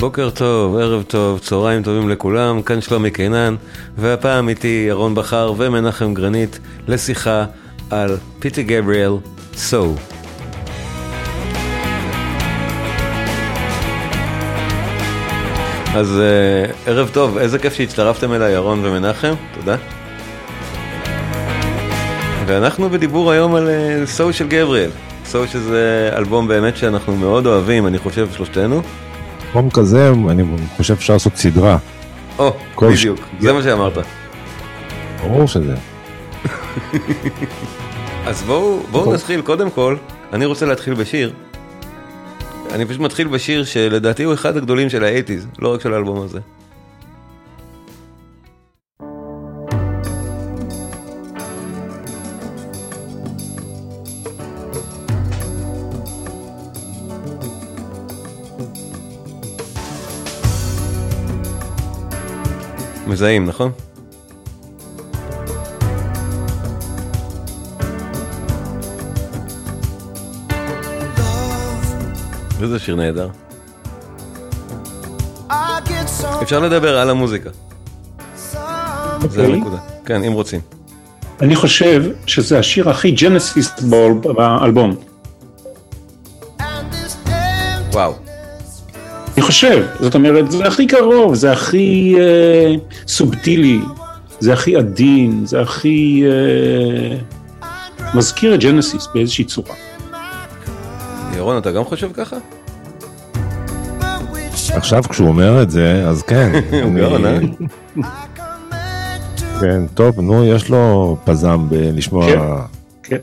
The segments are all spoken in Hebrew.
בוקר טוב, ערב טוב, צהריים טובים לכולם, כאן שלומי קינן, והפעם איתי ירון בחר ומנחם גרנית לשיחה על פיטי גבריאל, So. אז ערב טוב, איזה כיף שהצטרפתם אליי ירון ומנחם, תודה. ואנחנו בדיבור היום על So של גבריאל. So שזה אלבום באמת שאנחנו מאוד אוהבים, אני חושב שלושתנו. אלבום כזה, אני חושב אפשר לעשות סדרה. בדיוק, זה מה שאמרת. ברור שזה. אז בואו נתחיל קודם כל, אני רוצה להתחיל בשיר. אני פשוט מתחיל בשיר שלדעתי הוא אחד הגדולים של ה-80s, לא רק של האלבום הזה. מזהים, נכון? וזה שיר נהדר. אפשר לדבר על המוזיקה. זה הנקודה. כן, אם רוצים. אני חושב שזה השיר הכי ג'נסיס באלבום. וואו. אני חושב, זאת אומרת, זה הכי קרוב, זה הכי סובטילי, זה הכי עדין, זה הכי מזכיר את ג'נסיס באיזושהי צורה. ירון, אתה גם חושב ככה? עכשיו כשהוא אומר את זה, אז כן. הוא גאון, כן, טוב, נו, יש לו פזם בלשמוע. כן.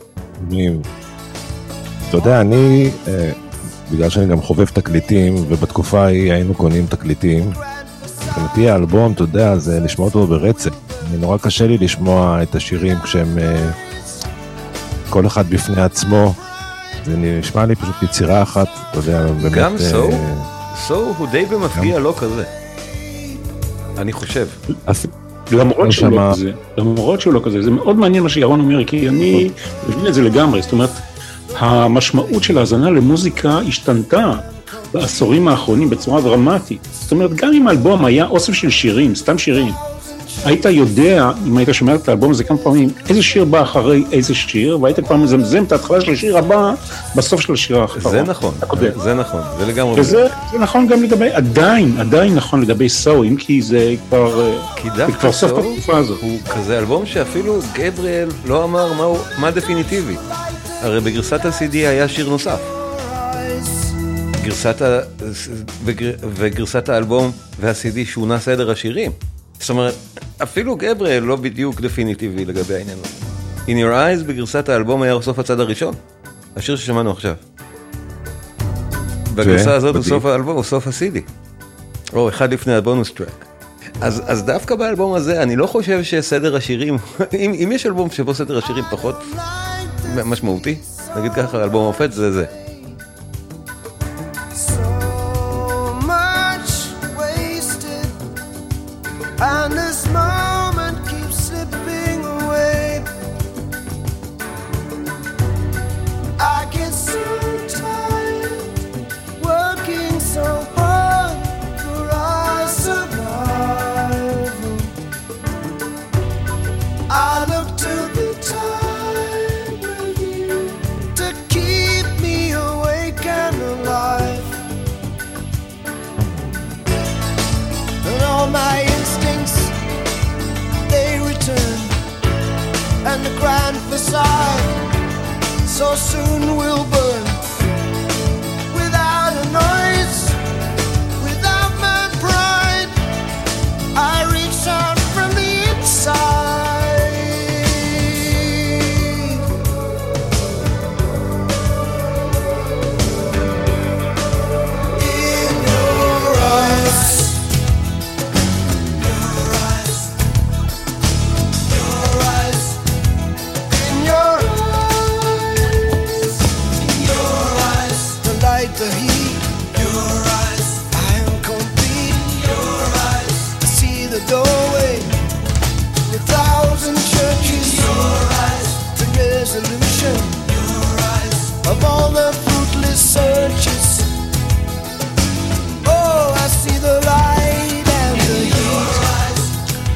אתה יודע, אני... בגלל שאני גם חובב תקליטים, ובתקופה ההיא היינו קונים תקליטים. מבחינתי האלבום, אתה יודע, זה לשמוע אותו ברצף. נורא קשה לי לשמוע את השירים כשהם כל אחד בפני עצמו. זה נשמע לי פשוט יצירה אחת, אתה יודע, באמת... גם So הוא די במפגיע לא כזה. אני חושב. למרות שהוא לא כזה, זה מאוד מעניין מה שירון אומר, כי אני מבין את זה לגמרי, זאת אומרת, המשמעות של ההאזנה למוזיקה השתנתה בעשורים האחרונים בצורה דרמטית. זאת אומרת, גם אם האלבום היה אוסף של שירים, סתם שירים, היית יודע, אם היית שומע את האלבום הזה כמה פעמים, איזה שיר בא אחרי איזה שיר, והיית כבר מזמזם את ההתחלה של השיר הבא, בסוף של השיר האחרון. זה נכון, זה נכון, זה לגמרי. וזה נכון גם לגבי, עדיין נכון לגבי So, אם כי זה כבר סוף התקופה הזאת. הוא כזה אלבום שאפילו גבריאל לא אמר מה דפיניטיבי. הרי בגרסת ה-CD היה שיר נוסף. וגרסת האלבום וה-CD שונה סדר השירים. זאת אומרת, אפילו גבריאל לא בדיוק דפיניטיבי לגבי העניין הזה. In Your Eyes בגרסת האלבום היה סוף הצד הראשון. השיר ששמענו עכשיו. בגרסה הזאת הוא סוף האלבום, הוא סוף ה-CD. או אחד לפני הבונוס טרק. אז דווקא באלבום הזה אני לא חושב שסדר השירים, אם יש אלבום שבו סדר השירים פחות משמעותי, נגיד ככה, אלבום מופת זה. And this moment keeps slipping away. I get so tired working so hard for our survival. I look to the time with you to keep me awake and alive. And all my and the grand facade so soon will burn without a noise, without my pride. I reach out from the inside. In your eyes, the heat, your eyes, I am complete, your eyes, I see the doorway, the thousand churches, your eyes, the resolution, your eyes, of all the fruitless searches. Oh, I see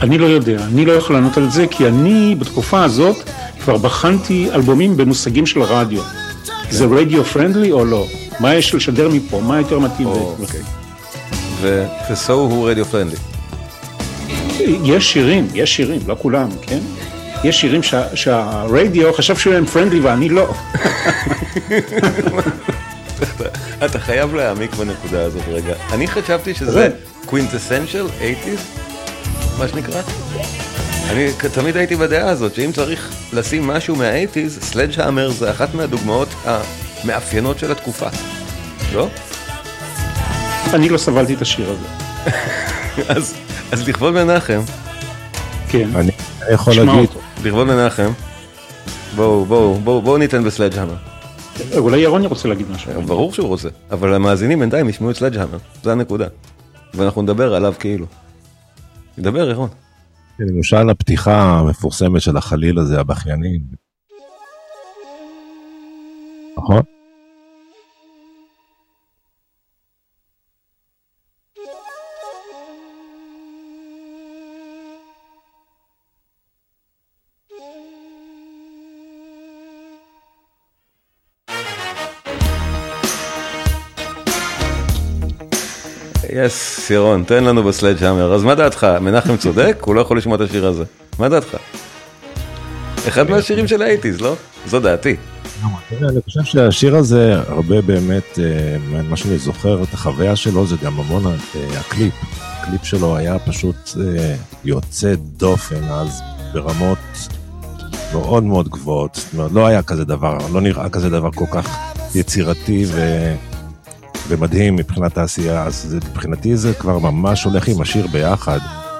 אני לא יודע, אני לא יכול לענות על זה, כי אני בתקופה הזאת כבר בחנתי אלבומים במושגים של רדיו. זה רדיו פרנדלי או לא? מה יש לשדר מפה? מה יותר מתאים? וסו הוא רדיו פרנדלי. יש שירים, לא כולם, כן? יש שירים שהרדיו חשב שהם פרנדלי ואני לא. אתה חייב להעמיק בנקודה הזאת רגע. אני חשבתי שזה quintessential 80s, מה שנקרא. אני תמיד הייתי בדעה הזאת, שאם צריך לשים משהו מה-80s, סלדג'המר זה אחת מהדוגמאות המאפיינות של התקופה. לא? אני לא סבלתי את השיר הזה. אז לכבוד מנחם. כן. אני יכול להגיד. לכבוד מנחם. בואו ניתן בסלדג'המר. אולי ירון רוצה להגיד משהו. ברור שהוא רוצה, אבל המאזינים בינתיים ישמעו את סלדג'המר. זה הנקודה. ואנחנו נדבר עליו כאילו. נדבר, ירון. למשל הפתיחה המפורסמת של החליל הזה, הבכיינים. נכון? יס, ירון, תן לנו בסלדג'המר. אז מה דעתך? מנחם צודק? הוא לא יכול לשמוע את השיר הזה. מה דעתך? אחד מהשירים של האייטיז, לא? זו דעתי. אני חושב שהשיר הזה הרבה באמת, מה שאני זוכר, את החוויה שלו זה גם המון הקליפ. הקליפ שלו היה פשוט יוצא דופן, אז ברמות מאוד מאוד גבוהות. זאת אומרת, לא היה כזה דבר, לא נראה כזה דבר כל כך יצירתי ומדהים מבחינת העשייה, אז מבחינתי זה כבר ממש הולך עם השיר ביחד.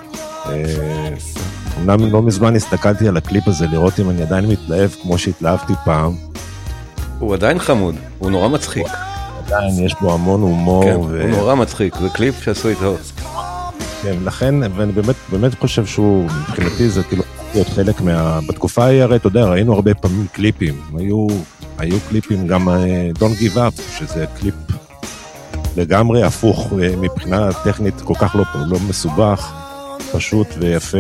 אמנם לא מזמן הסתכלתי על הקליפ הזה לראות אם אני עדיין מתלהב כמו שהתלהבתי פעם. הוא עדיין חמוד, הוא נורא מצחיק. עדיין יש בו המון הומור. כן, הוא נורא מצחיק, זה קליפ שעשו איתו. כן, לכן, ואני באמת חושב שהוא, מבחינתי זה כאילו להיות חלק בתקופה ההיא, הרי אתה יודע, ראינו הרבה פעמים קליפים. היו קליפים גם Don't Give Up, שזה קליפ לגמרי הפוך מבחינה טכנית כל כך לא מסובך, פשוט ויפה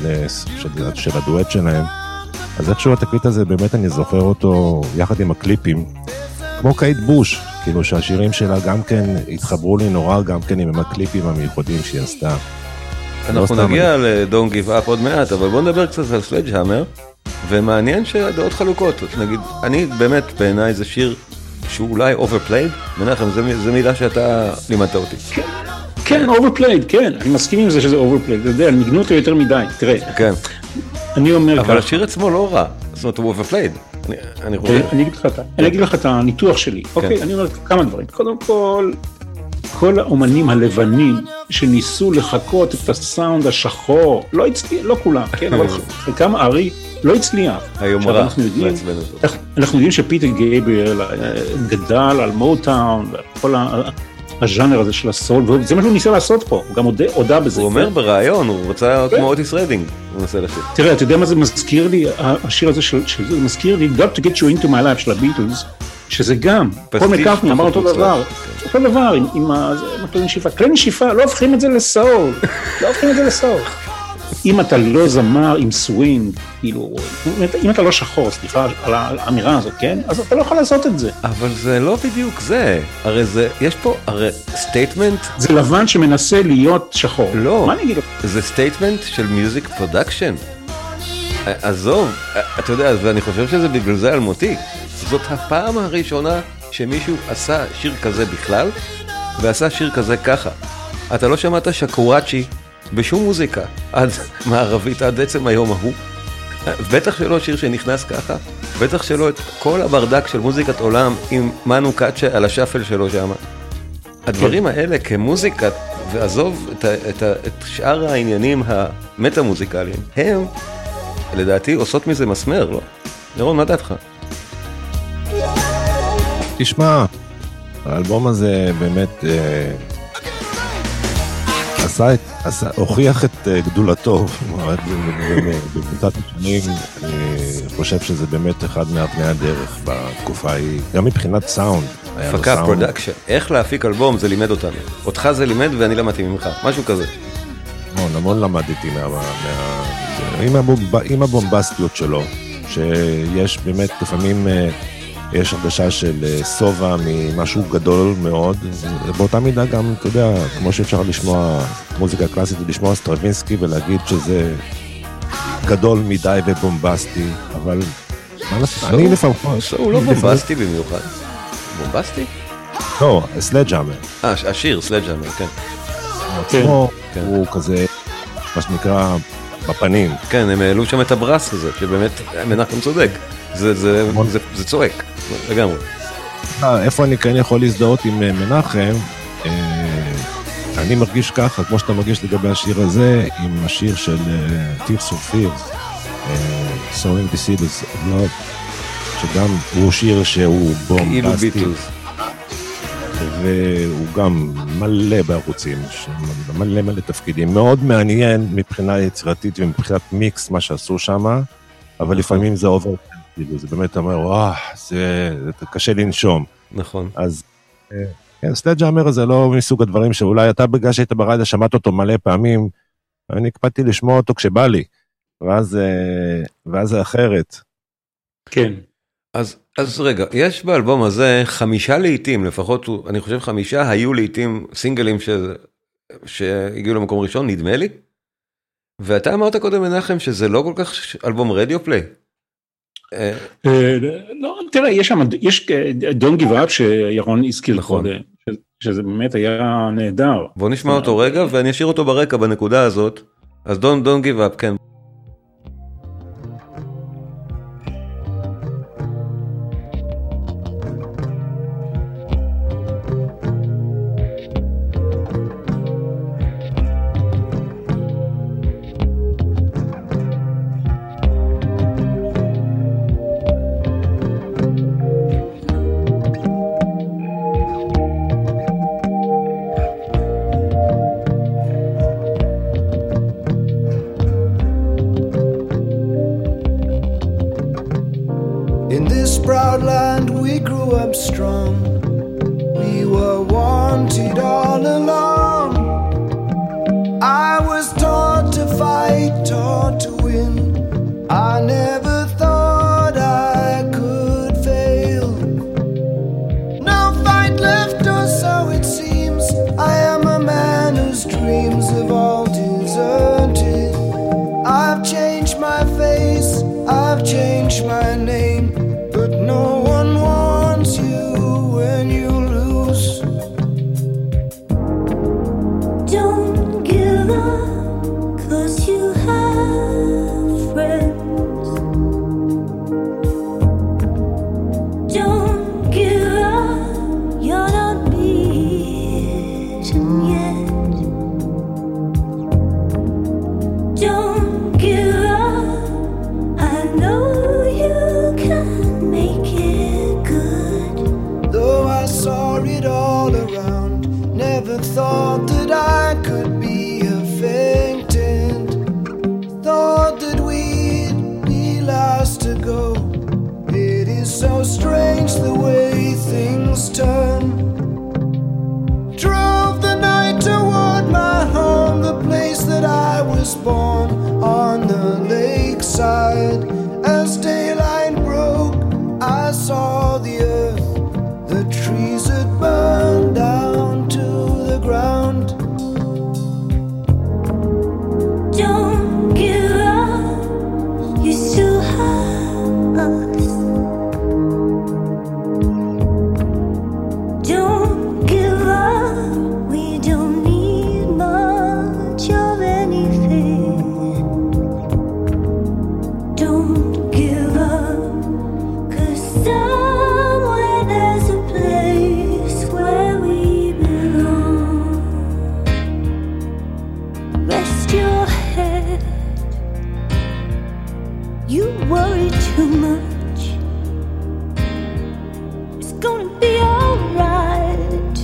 של הדואט שלהם. אז איכשהו התקליט הזה באמת אני זוכר אותו יחד עם הקליפים, כמו קייט בוש, כאילו שהשירים שלה גם כן התחברו לי נורא גם כן עם הקליפים המיוחדים שהיא עשתה. אנחנו נגיע ל-Don't Give Up עוד מעט, אבל בואו נדבר קצת על סלדג'המר, ומעניין שהדעות חלוקות. נגיד, אני באמת בעיניי זה שיר שהוא אולי overplayed, מנחם, זה מילה שאתה לימדת אותי. כן, overplayed, כן, אני מסכים עם זה שזה overplayed, אתה יודע, ניגנו אותו יותר מדי, תראה. כן. אני אומר ככה. אבל השיר עצמו לא רע, זאת אומרת, הוא overplayed. אני אגיד לך את הניתוח שלי. אוקיי, אני אומר כמה דברים. קודם כל האומנים הלבנים שניסו לחכות את הסאונד השחור, לא כולם, כן, אבל חלקם הארי לא הצליח. היומרה. אנחנו יודעים שפיטר גייבריאל גדל על מוטאון, וכל הז'אנר הזה של הסול, וזה מה שהוא ניסה לעשות פה, הוא גם הודה בזה. הוא אומר ברעיון, הוא רוצה כמו אוטיס רדינג, הוא נסה לשיר. תראה, אתה יודע מה זה מזכיר לי, השיר הזה זה מזכיר לי, Got to get you into my life של הביטלס, שזה גם, פול מקארטני אמר אותו דבר, אותו דבר עם כלי נשיפה, כלי נשיפה, לא הופכים את זה לסול, לא הופכים את זה לסול. אם אתה לא זמר עם סווינג, כאילו, אם אתה לא שחור, סליחה על האמירה הזאת, כן? אז אתה לא יכול לעשות את זה. אבל זה לא בדיוק זה, הרי זה, יש פה, הרי סטייטמנט... זה לבן שמנסה להיות שחור. לא, מה אני אגיד לך? זה סטייטמנט של מיוזיק פרודקשן. עזוב, אתה יודע, ואני חושב שזה בגלל זה אלמותי. זאת הפעם הראשונה שמישהו עשה שיר כזה בכלל, ועשה שיר כזה ככה. אתה לא שמעת שקוואצ'י בשום מוזיקה, עד מערבית, עד עצם היום ההוא. בטח שלא שיר שנכנס ככה, בטח שלא את כל הברדק של מוזיקת עולם עם מנו קאצ'ה על השאפל שלו שם. הדברים האלה כמוזיקה, ועזוב את שאר העניינים המטה-מוזיקליים, הם, לדעתי, עושות מזה מסמר, לא? ירון, מה דעתך? תשמע, האלבום הזה באמת הוכיח את גדולתו, בקבוצת השנים, חושב שזה באמת אחד מאבני הדרך בתקופה ההיא, גם מבחינת סאונד. הפקה, פרודקשן, איך להפיק אלבום זה לימד אותנו, אותך זה לימד ואני למדתי ממך, משהו כזה. המון למדתי עם הבומבסטיות שלו, שיש באמת לפעמים יש הרגשה של סובה ממשהו גדול מאוד, באותה מידה גם, אתה יודע, כמו שאפשר לשמוע מוזיקה קלאסית ולשמוע סטרווינסקי ולהגיד שזה גדול מדי ובומבסטי, אבל אני לפעמים... הוא לא בומבסטי במיוחד. בומבסטי? לא, סלג'אמר. השיר, סלג'אמר, כן. הוא כזה, מה שנקרא, בפנים. כן, הם העלו שם את הברס הזה, שבאמת מנחם צודק. זה צועק, לגמרי. איפה אני כן יכול להזדהות עם מנחם, אני מרגיש ככה, כמו שאתה מרגיש לגבי השיר הזה, עם השיר של Tears of Fears, Sowing the Seeds of Love, שגם הוא שיר שהוא בומבסטי, והוא גם מלא בערוצים, מלא תפקידים, מאוד מעניין מבחינה יצירתית ומבחינת מיקס מה שעשו שם, אבל לפעמים זה אובר, זה באמת אומר, זה קשה לנשום. נכון. אז סלג'אמר זה לא מסוג הדברים שאולי אתה בגלל שהיית ברדיו שמעת אותו מלא פעמים, אני הקפדתי לשמוע אותו כשבא לי, ואז זה אחרת. כן. אז רגע, יש באלבום הזה 5 לעיתים, לפחות אני חושב 5 היו לעיתים סינגלים שהגיעו למקום ראשון, נדמה לי. ואתה אמרת קודם מנחם שזה לא כל כך אלבום רדיו פליי. לא, תראה, יש Don't Give Up שירון הזכיר קודם, שזה באמת היה נהדר. בוא נשמע אותו רגע ואני אשאיר אותו ברקע בנקודה הזאת. אז Don't Give Up, כן. In this proud land we grew up strong. We were wanted all along. I was taught to fight, taught to win. I never thought I could fail. No fight left, or so it seems. I am a man whose dreams have all deserted. I've changed my face, I've changed my name, but no one wants you when you lose. Don't give up, 'cause you have friends. Don't give up, you're not beaten yet. Don't give up, I know you can make it good. Though I saw it all around, never thought that I could be a faintant. Thought that we'd be last to go. It is so strange the way things turn. Drove the night toward my home, the place that I was born, on the lakeside. As daylight broke, I saw the earth, the trees had burned down to the ground. Don't give up, you still have us. Don't give up, we don't need much of anything. Don't give up, 'cause somewhere there's a place where we belong. Rest your head, you worry too much. It's gonna be alright.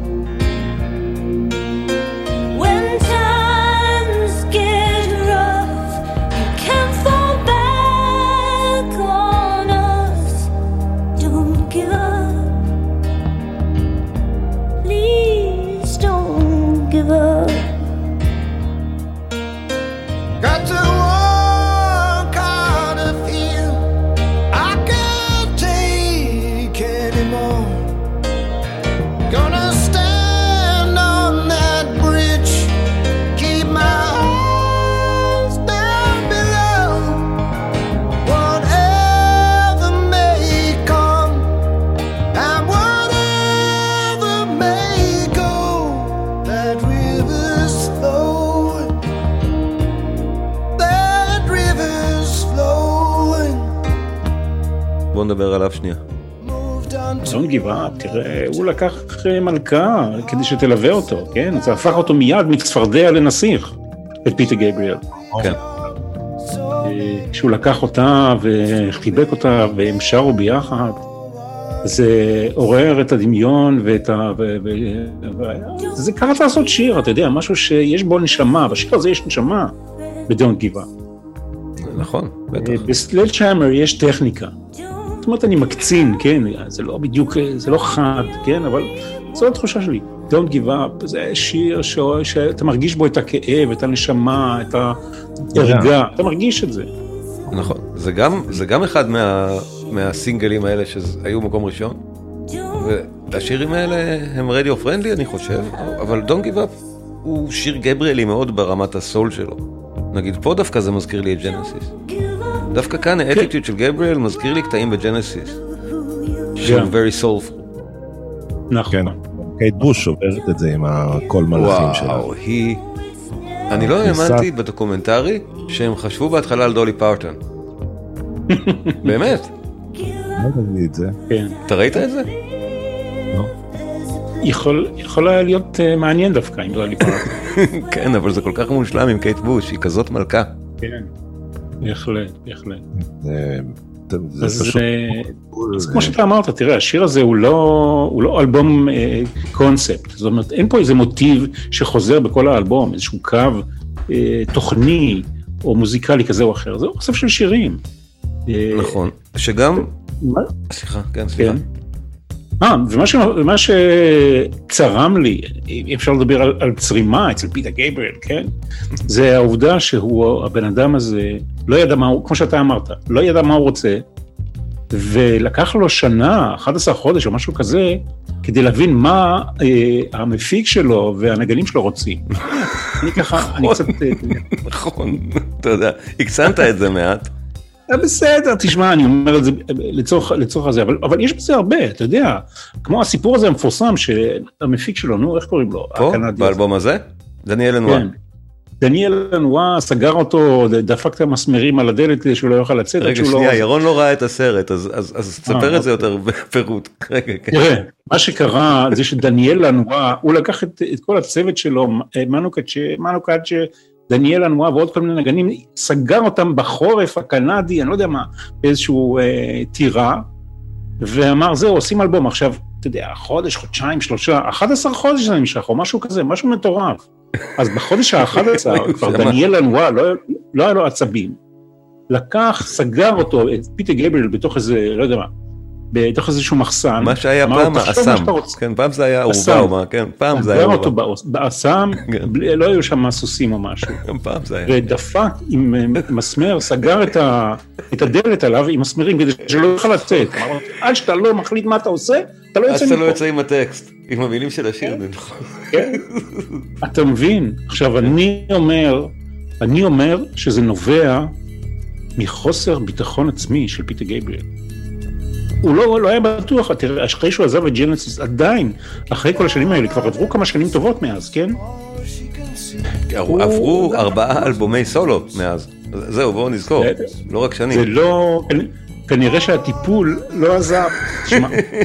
When times get rough, you can't fall back on us. Don't give up, please don't give up. בוא נדבר עליו שנייה. דון גיב אפ, תראה, הוא לקח מלכה כדי שתלווה אותו, כן? זה הפך אותו מיד מצפרדע לנסיך, את פיטר גבריאל. כן. כשהוא לקח אותה וחיבק אותה והם שרו ביחד, זה עורר את הדמיון זה ככה לעשות שיר, אתה יודע, משהו שיש בו נשמה, בשיר הזה יש נשמה בדון גיב אפ. נכון, בטח. בסלדג'המר יש טכניקה. זאת אומרת, אני מקצין, כן, זה לא בדיוק, זה לא חד, כן, אבל זו התחושה שלי. Don't Give Up, זה שיר שאתה מרגיש בו את הכאב, את הנשמה, את ההרגע, אתה מרגיש את זה. נכון, זה גם אחד מהסינגלים האלה שהיו מקום ראשון, והשירים האלה הם רדיו פרנדלי, אני חושב, אבל Don't Give Up הוא שיר גבריאלי מאוד ברמת הסול שלו. נגיד, פה דווקא זה מזכיר לי את ג'נסיס. דווקא כאן האטיטוד של גבריאל מזכיר לי קטעים בג'נסיס. שיר very soulful. נכון. קייט בוש עוברת את זה עם כל מלאכים שלה. וואו, אני לא האמנתי בדוקומנטרי שהם חשבו בהתחלה על דולי פארטון. באמת? לא תגיד את זה. כן. אתה ראית את זה? לא. יכול היה להיות מעניין דווקא עם דולי פארטון. כן, אבל זה כל כך מושלם עם קייט בוש, היא כזאת מלכה. כן. בהחלט. זה פשוט... אז כמו שאתה אמרת, תראה, השיר הזה הוא לא אלבום קונספט, זאת אומרת, אין פה איזה מוטיב שחוזר בכל האלבום, איזשהו קו תוכני או מוזיקלי כזה או אחר, זה אוסף של שירים. נכון, שגם... סליחה. ומה שצרם לי, אפשר לדבר על צרימה אצל פיטר גבריאל, כן? זה העובדה שהוא, הבן אדם הזה, לא ידע מה הוא, כמו שאתה אמרת, לא ידע מה הוא רוצה, ולקח לו שנה, 11 חודש או משהו כזה, כדי להבין מה המפיק שלו והנגנים שלו רוצים. אני ככה, אני קצת... נכון, אתה יודע, הקצנת את זה מעט. בסדר, תשמע, אני אומר את זה לצורך הזה, אבל יש בזה הרבה, אתה יודע, כמו הסיפור הזה המפורסם שהמפיק שלו, נו, איך קוראים לו? פה, באלבום הזה? דניאל לנואה. כן, דניאל לנואה סגר אותו, דפק את המסמרים על הדלת שהוא לא יוכל לצאת. רגע, שנייה, ירון לא ראה את הסרט, אז תספר את זה יותר בפירוט. תראה, מה שקרה זה שדניאל לנואה, הוא לקח את כל הצוות שלו, מנו קאצ'ה, דניאל לנואה ועוד כל מיני נגנים, סגר אותם בחורף הקנדי, אני לא יודע מה, באיזשהו טירה, ואמר, זהו, עושים אלבום. עכשיו, אתה יודע, חודש, חודשיים, 11 חודש זה נמשך, או משהו כזה, משהו מטורף. אז בחודש ה-11, כבר דניאל לנואה, לא היה לו עצבים, לקח, סגר אותו, את פיטר גבריאל, בתוך איזה, לא יודע מה, בתוך איזשהו מחסן. מה שהיה פעם האסם, כן, פעם זה היה אורבה או מה, כן, פעם זה היה אורבה. סגר אותו באסם, לא היו שם סוסים או משהו. פעם זה היה. ודפק עם מסמר, סגר את הדלת עליו עם מסמרים, כדי שלא יוכל לצאת. עד שאתה לא מחליט מה אתה עושה, אתה לא יוצא מפה. אז אתה לא יוצא עם הטקסט, עם המילים של השיר. כן, אתה מבין. עכשיו, אני אומר שזה נובע מחוסר ביטחון עצמי של פיטר גבריאל. הוא לא היה בטוח, אחרי שהוא עזב את ג'נסיס, עדיין, אחרי כל השנים האלה, כבר עברו כמה שנים טובות מאז, כן? עברו 4 אלבומי סולו מאז. זהו, בואו נזכור, לא רק שנים. זה לא, כנראה שהטיפול לא עזב. תשמע.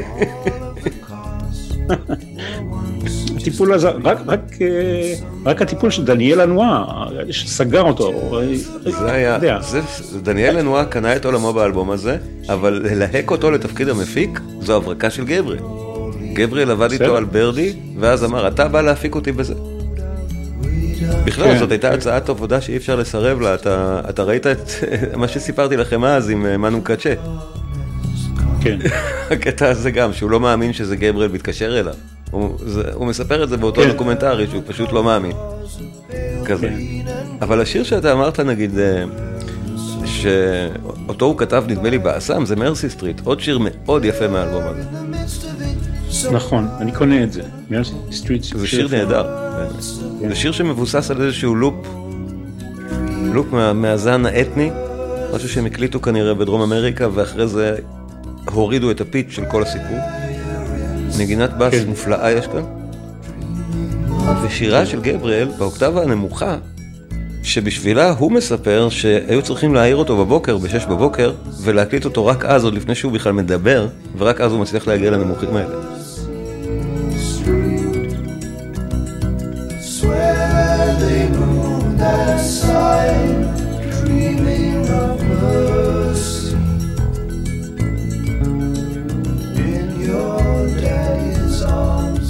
הטיפול הזה, רק הטיפול של דניאל לנואה, שסגר אותו. זה היה, דניאל לנואה קנה את עולמו באלבום הזה, אבל להק אותו לתפקיד המפיק, זו הברקה של גבריאל. גבריאל עבד איתו על ברדי, ואז אמר, אתה בא להפיק אותי בזה. בכלל, זאת הייתה הצעת עבודה שאי אפשר לסרב לה, אתה ראית את מה שסיפרתי לכם אז עם מנו קאצ'ה. כן. הקטע הזה גם, שהוא לא מאמין שזה גבריאל מתקשר אליו. הוא מספר את זה באותו דוקומנטרי שהוא פשוט לא מאמין. כזה. אבל השיר שאתה אמרת נגיד, שאותו הוא כתב נדמה לי באסם, זה מרסי סטריט, עוד שיר מאוד יפה מהאלבום הזה. נכון, אני קונה את זה. מרסי סטריט. זה שיר נהדר. זה שיר שמבוסס על איזשהו לופ מהזן האתני, משהו שהם הקליטו כנראה בדרום אמריקה, ואחרי זה הורידו את הפיץ' של כל הסיפור. נגינת בס מופלאה יש כאן. ושירה של גבריאל, באוקטבה הנמוכה, שבשבילה הוא מספר שהיו צריכים להעיר אותו בבוקר, ב-6 בבוקר, ולהקליט אותו רק אז, עוד לפני שהוא בכלל מדבר, ורק אז הוא מצליח להגיע לנמוכים האלה. Swear they moved that side, dreaming of mercy in your daddy's arms.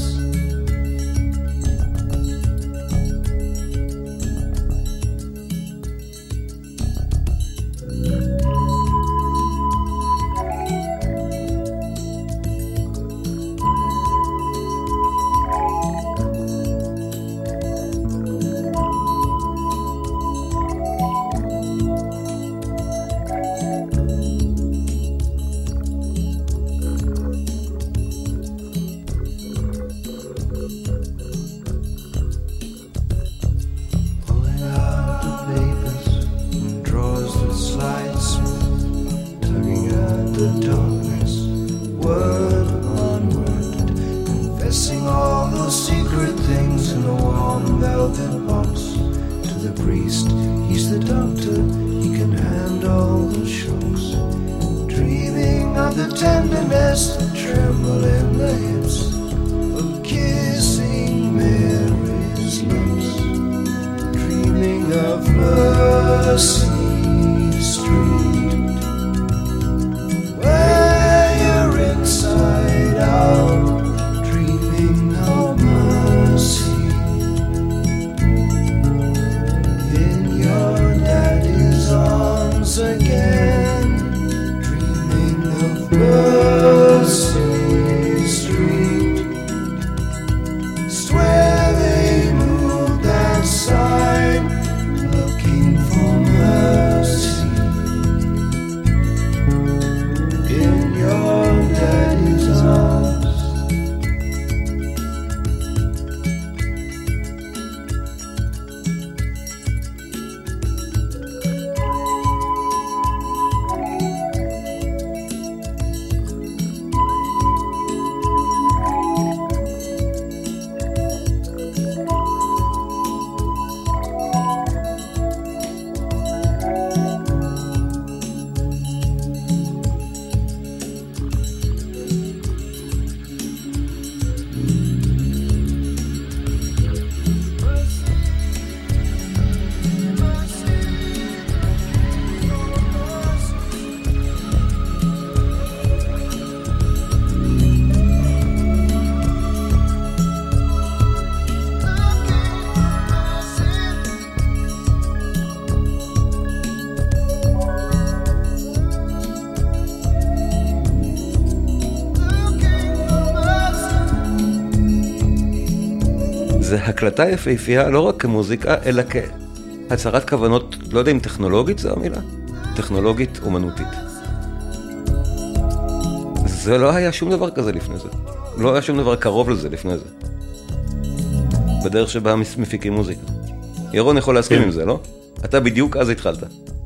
Pulling out the papers and drawers that slide smooth, tugging at the darkness, word on word, confessing all those secret things in a warm velvet box. To the priest, he's the doctor, he can handle the shocks. Dreaming of the tenderness that tremble in the hips, of kissing Mary's lips. Dreaming of Mercy Street, where you're inside out, dreaming of mercy in your daddy's arms again, dreaming of Mercy Street. Swear they moved that sign, looking for mercy in your daddy's arms. זה הקלטה יפהפייה לא רק כמוזיקה, אלא כהצהרת כוונות, לא יודע אם טכנולוגית זו המילה, טכנולוגית אומנותית. זה לא היה שום דבר כזה לפני זה. לא היה שום דבר קרוב לזה לפני זה. בדרך שבה מפיקים מוזיקה. ירון יכול להסכים עם זה, לא? אתה בדיוק אז התחלת.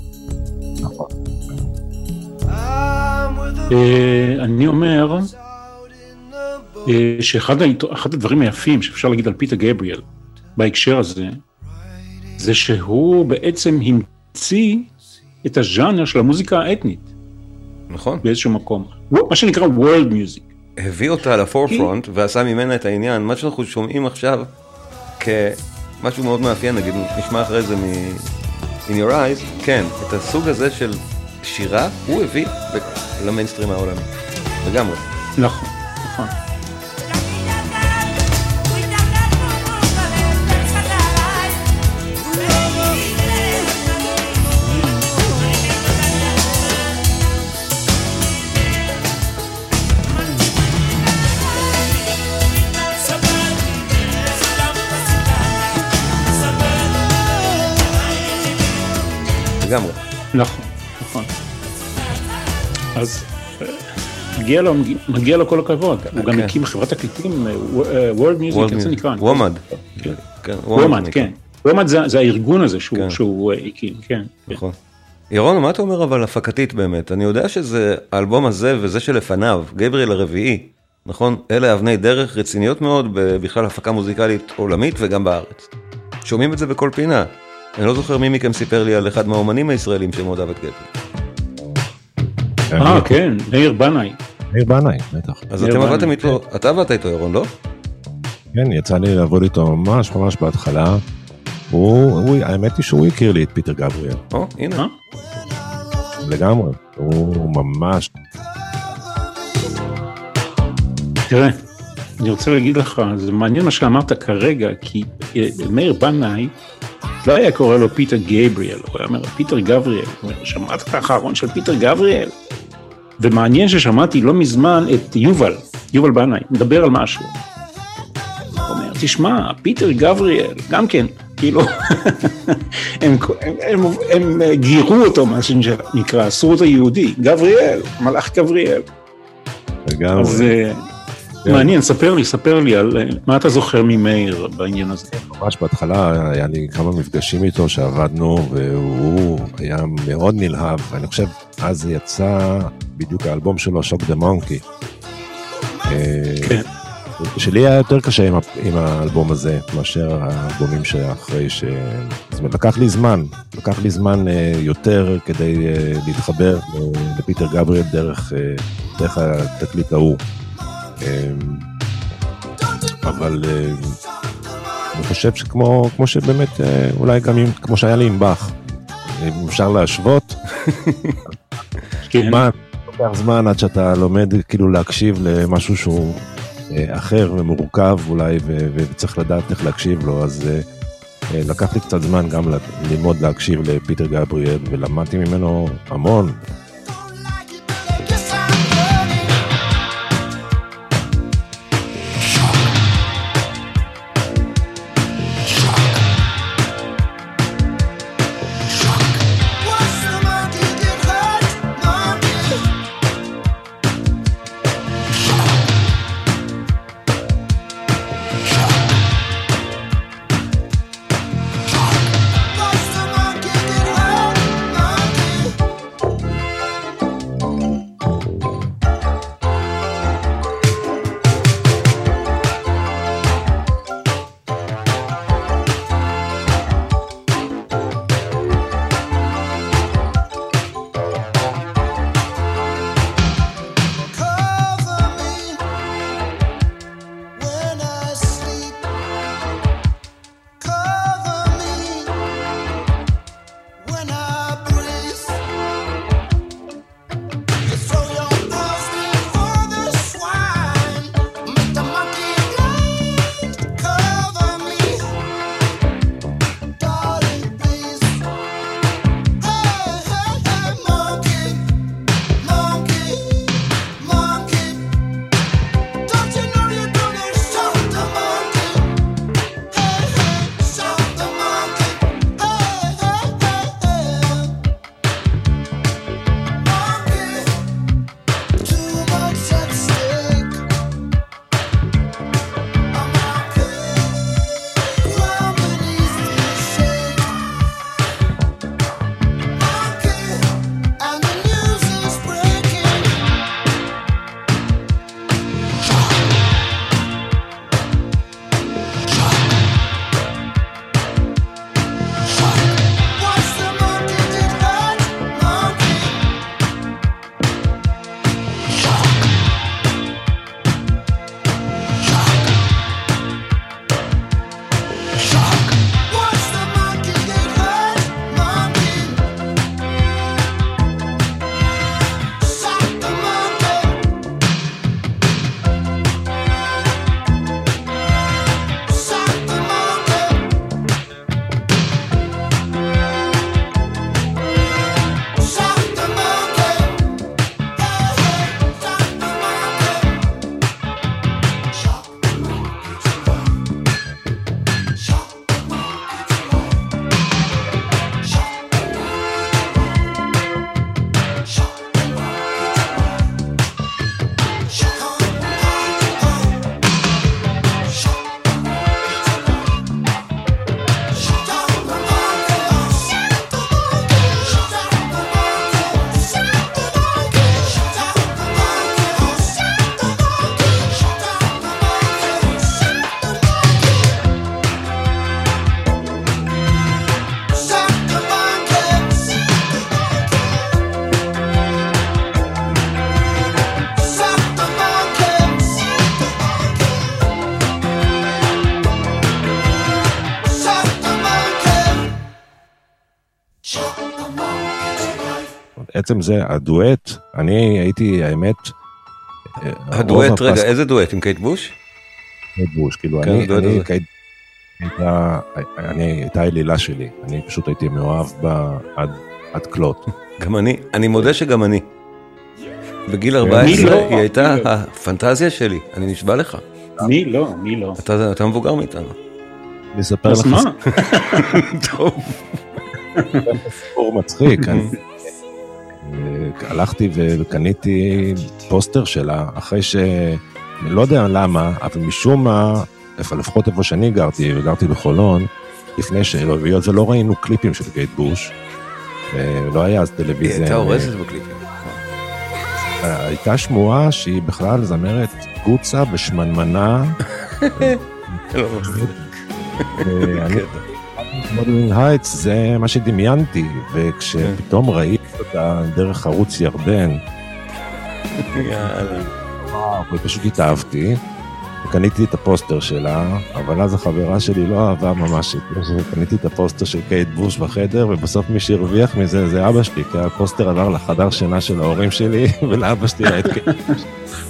אני אומר שאחד הדברים היפים שאפשר להגיד על פיטר גבריאל בהקשר הזה, זה שהוא בעצם המציא את הז'אנר של המוזיקה האתנית. נכון. באיזשהו מקום. מה שנקרא world music. הביא אותה לפורפרונט ועשה ממנה את העניין. מה שאנחנו שומעים עכשיו כמשהו מאוד מאפיין, נגיד, נשמע אחרי זה In Your Eyes, כן, את הסוג הזה של שירה, הוא הביא למיינסטרים העולמי. לגמרי. נכון, נכון. לגמרי. נכון, נכון. אז מגיע לו כל הכבוד. הוא גם הקים חברת תקליטים, World Music, איך זה נקרא? וומד. וומד, כן. וומד זה הארגון הזה שהוא הקים, כן. נכון. ירון, מה אתה אומר אבל הפקתית באמת? אני יודע שזה האלבום הזה וזה שלפניו, גבריאל הרביעי, נכון? אלה אבני דרך רציניות מאוד בכלל הפקה מוזיקלית עולמית וגם בארץ. שומעים את זה בכל פינה. אני לא זוכר מי מכם סיפר לי על אחד מהאומנים הישראלים שמאוד אהב את קפלן. כן, מאיר בנאי. מאיר בנאי, בטח. אז אתם עבדתם איתו, אתה עבדת איתו ירון, לא? כן, יצא לי לעבוד איתו ממש ממש בהתחלה. האמת היא שהוא הכיר לי את פיטר גבריאל. הנה. לגמרי, הוא ממש... תראה, אני רוצה להגיד לך, זה מעניין מה שאמרת כרגע, כי מאיר בנאי לא היה קורא לו פיטר גבריאל, הוא היה אומר פיטר גבריאל, הוא אומר, שמעת את האחרון של פיטר גבריאל? ומעניין ששמעתי לא מזמן את יובל בנאי, מדבר על משהו. הוא אומר, תשמע, פיטר גבריאל, גם כן, כאילו, הם גירו אותו, מה שנקרא, עשו אותו יהודי, גבריאל, מלאך גבריאל. לגמרי. אז מעניין, ספר לי על מה אתה זוכר ממאיר בעניין הזה. ממש בהתחלה היה לי כמה מפגשים איתו שעבדנו, והוא היה מאוד נלהב, ואני חושב, אז יצא בדיוק האלבום שלו, שוק דה מונקי. כן. שלי היה יותר קשה עם האלבום הזה, מאשר האלבומים שאחרי ש... זאת אומרת, לקח לי זמן יותר כדי להתחבר לפיטר גבריאל דרך התקליט ההוא. אבל אני חושב שכמו שבאמת, אולי גם כמו שהיה לי עם באך, אם אפשר להשוות, לוקח זמן עד שאתה לומד כאילו להקשיב למשהו שהוא אחר ומורכב אולי, וצריך לדעת איך להקשיב לו, אז לקח לי קצת זמן גם ללמוד להקשיב לפיטר גבריאל, ולמדתי ממנו המון. בעצם זה הדואט, אני הייתי, האמת... הדואט, רגע, איזה דואט? עם קייט בוש? קייט בוש, כאילו, אני הייתה אלילה שלי, אני פשוט הייתי מאוהב בה עד כלות. גם אני מודה שגם אני. בגיל 14 היא הייתה הפנטזיה שלי, אני נשבע לך. מי לא. אתה מבוגר מאיתנו. אני אספר לך. מה? טוב. סיפור מצחיק. הלכתי וקניתי פוסטר שלה, אחרי לא יודע למה, אבל משום מה, לפחות איפה שאני גרתי, וגרתי בחולון, לפני שהיות זה לא ראינו קליפים של קייט בוש, ולא היה אז טלוויזיה. היא הייתה הורסת בקליפים. הייתה שמועה שהיא בכלל זמרת גוצה ושמנמנה. מודרנינג הייטס זה מה שדמיינתי, וכשפתאום ראיתי אותה דרך ערוץ ירדן, ופשוט התאהבתי, וקניתי את הפוסטר שלה, אבל אז החברה שלי לא אהבה ממש, קניתי את הפוסטר של קייט בוש בחדר, ובסוף מי שהרוויח מזה זה אבא שלי, כי הפוסטר עבר לחדר שינה של ההורים שלי, ולאבא שלי היה את קייט בוש.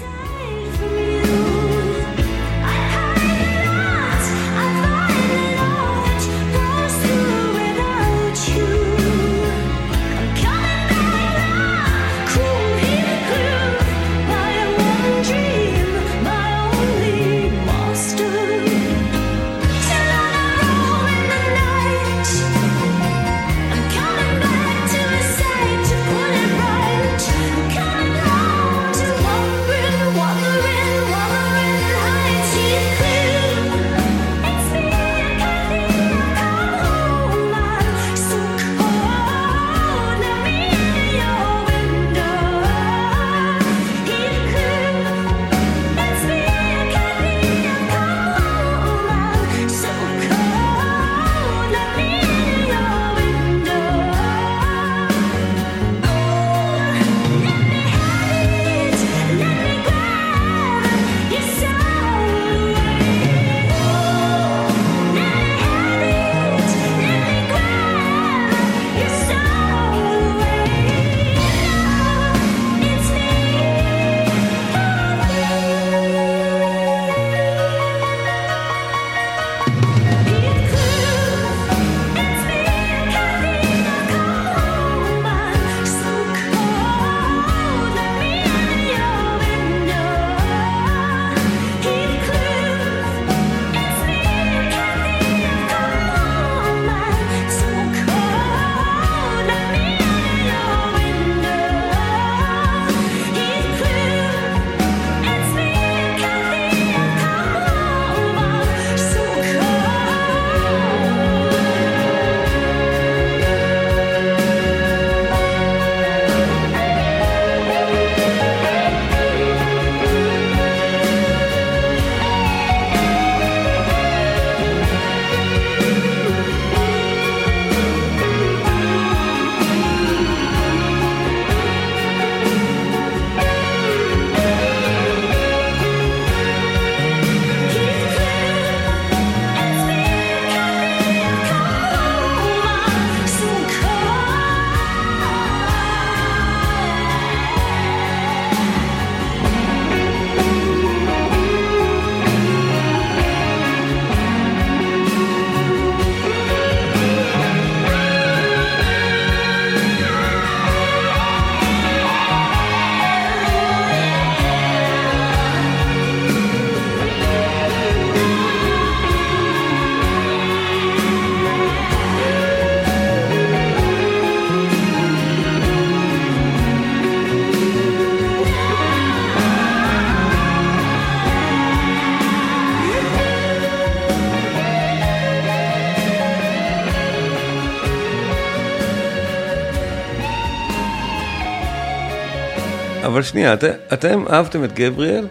אבל שנייה, אתם אהבתם את גבריאל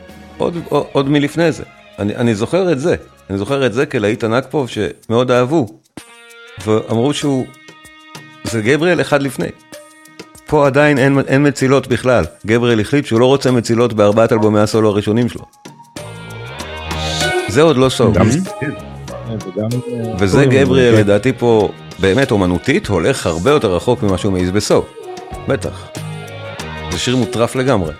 עוד מלפני זה. אני זוכר את זה. אני זוכר את זה כלהיט ענק פה שמאוד אהבו. ואמרו שהוא... זה גבריאל אחד לפני. פה עדיין אין מצילות בכלל. גבריאל החליט שהוא לא רוצה מצילות בארבעת אלבומי הסולו הראשונים שלו. זה עוד לא סוף. וזה גבריאל לדעתי פה באמת אומנותית הולך הרבה יותר רחוק ממה שהוא מעיז בסוף. בטח. זה שיר מוטרף לגמרי.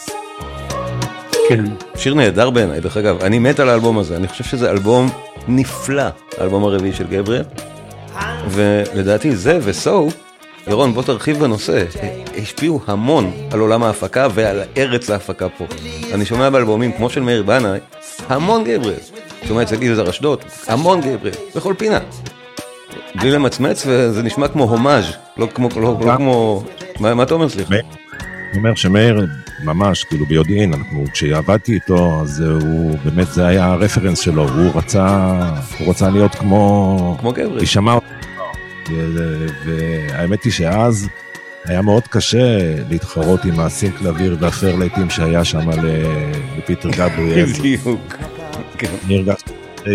כן. שיר נהדר בעיניי, דרך אגב, אני מת על האלבום הזה, אני חושב שזה אלבום נפלא, האלבום הרביעי של גבריאל, ולדעתי זה וסו, ירון בוא תרחיב בנושא, השפיעו המון על עולם ההפקה ועל ארץ ההפקה פה. אני שומע באלבומים כמו של מאיר בנאי, המון גבריאל, שומע אצל יזהר אשדוד, המון גבריאל, בכל פינה. בלי למצמץ וזה נשמע כמו הומאז', לא כמו, מה אתה אומר סליחה? אני אומר שמאיר ממש, כאילו ביודעין, כשעבדתי איתו, אז הוא באמת, זה היה הרפרנס שלו, הוא רצה להיות כמו גבריאל. להישמע, והאמת היא שאז היה מאוד קשה להתחרות עם הסינק לאוויר והפרלייטים שהיה שם לפיטר גבריאל. בדיוק. אני הרגשתי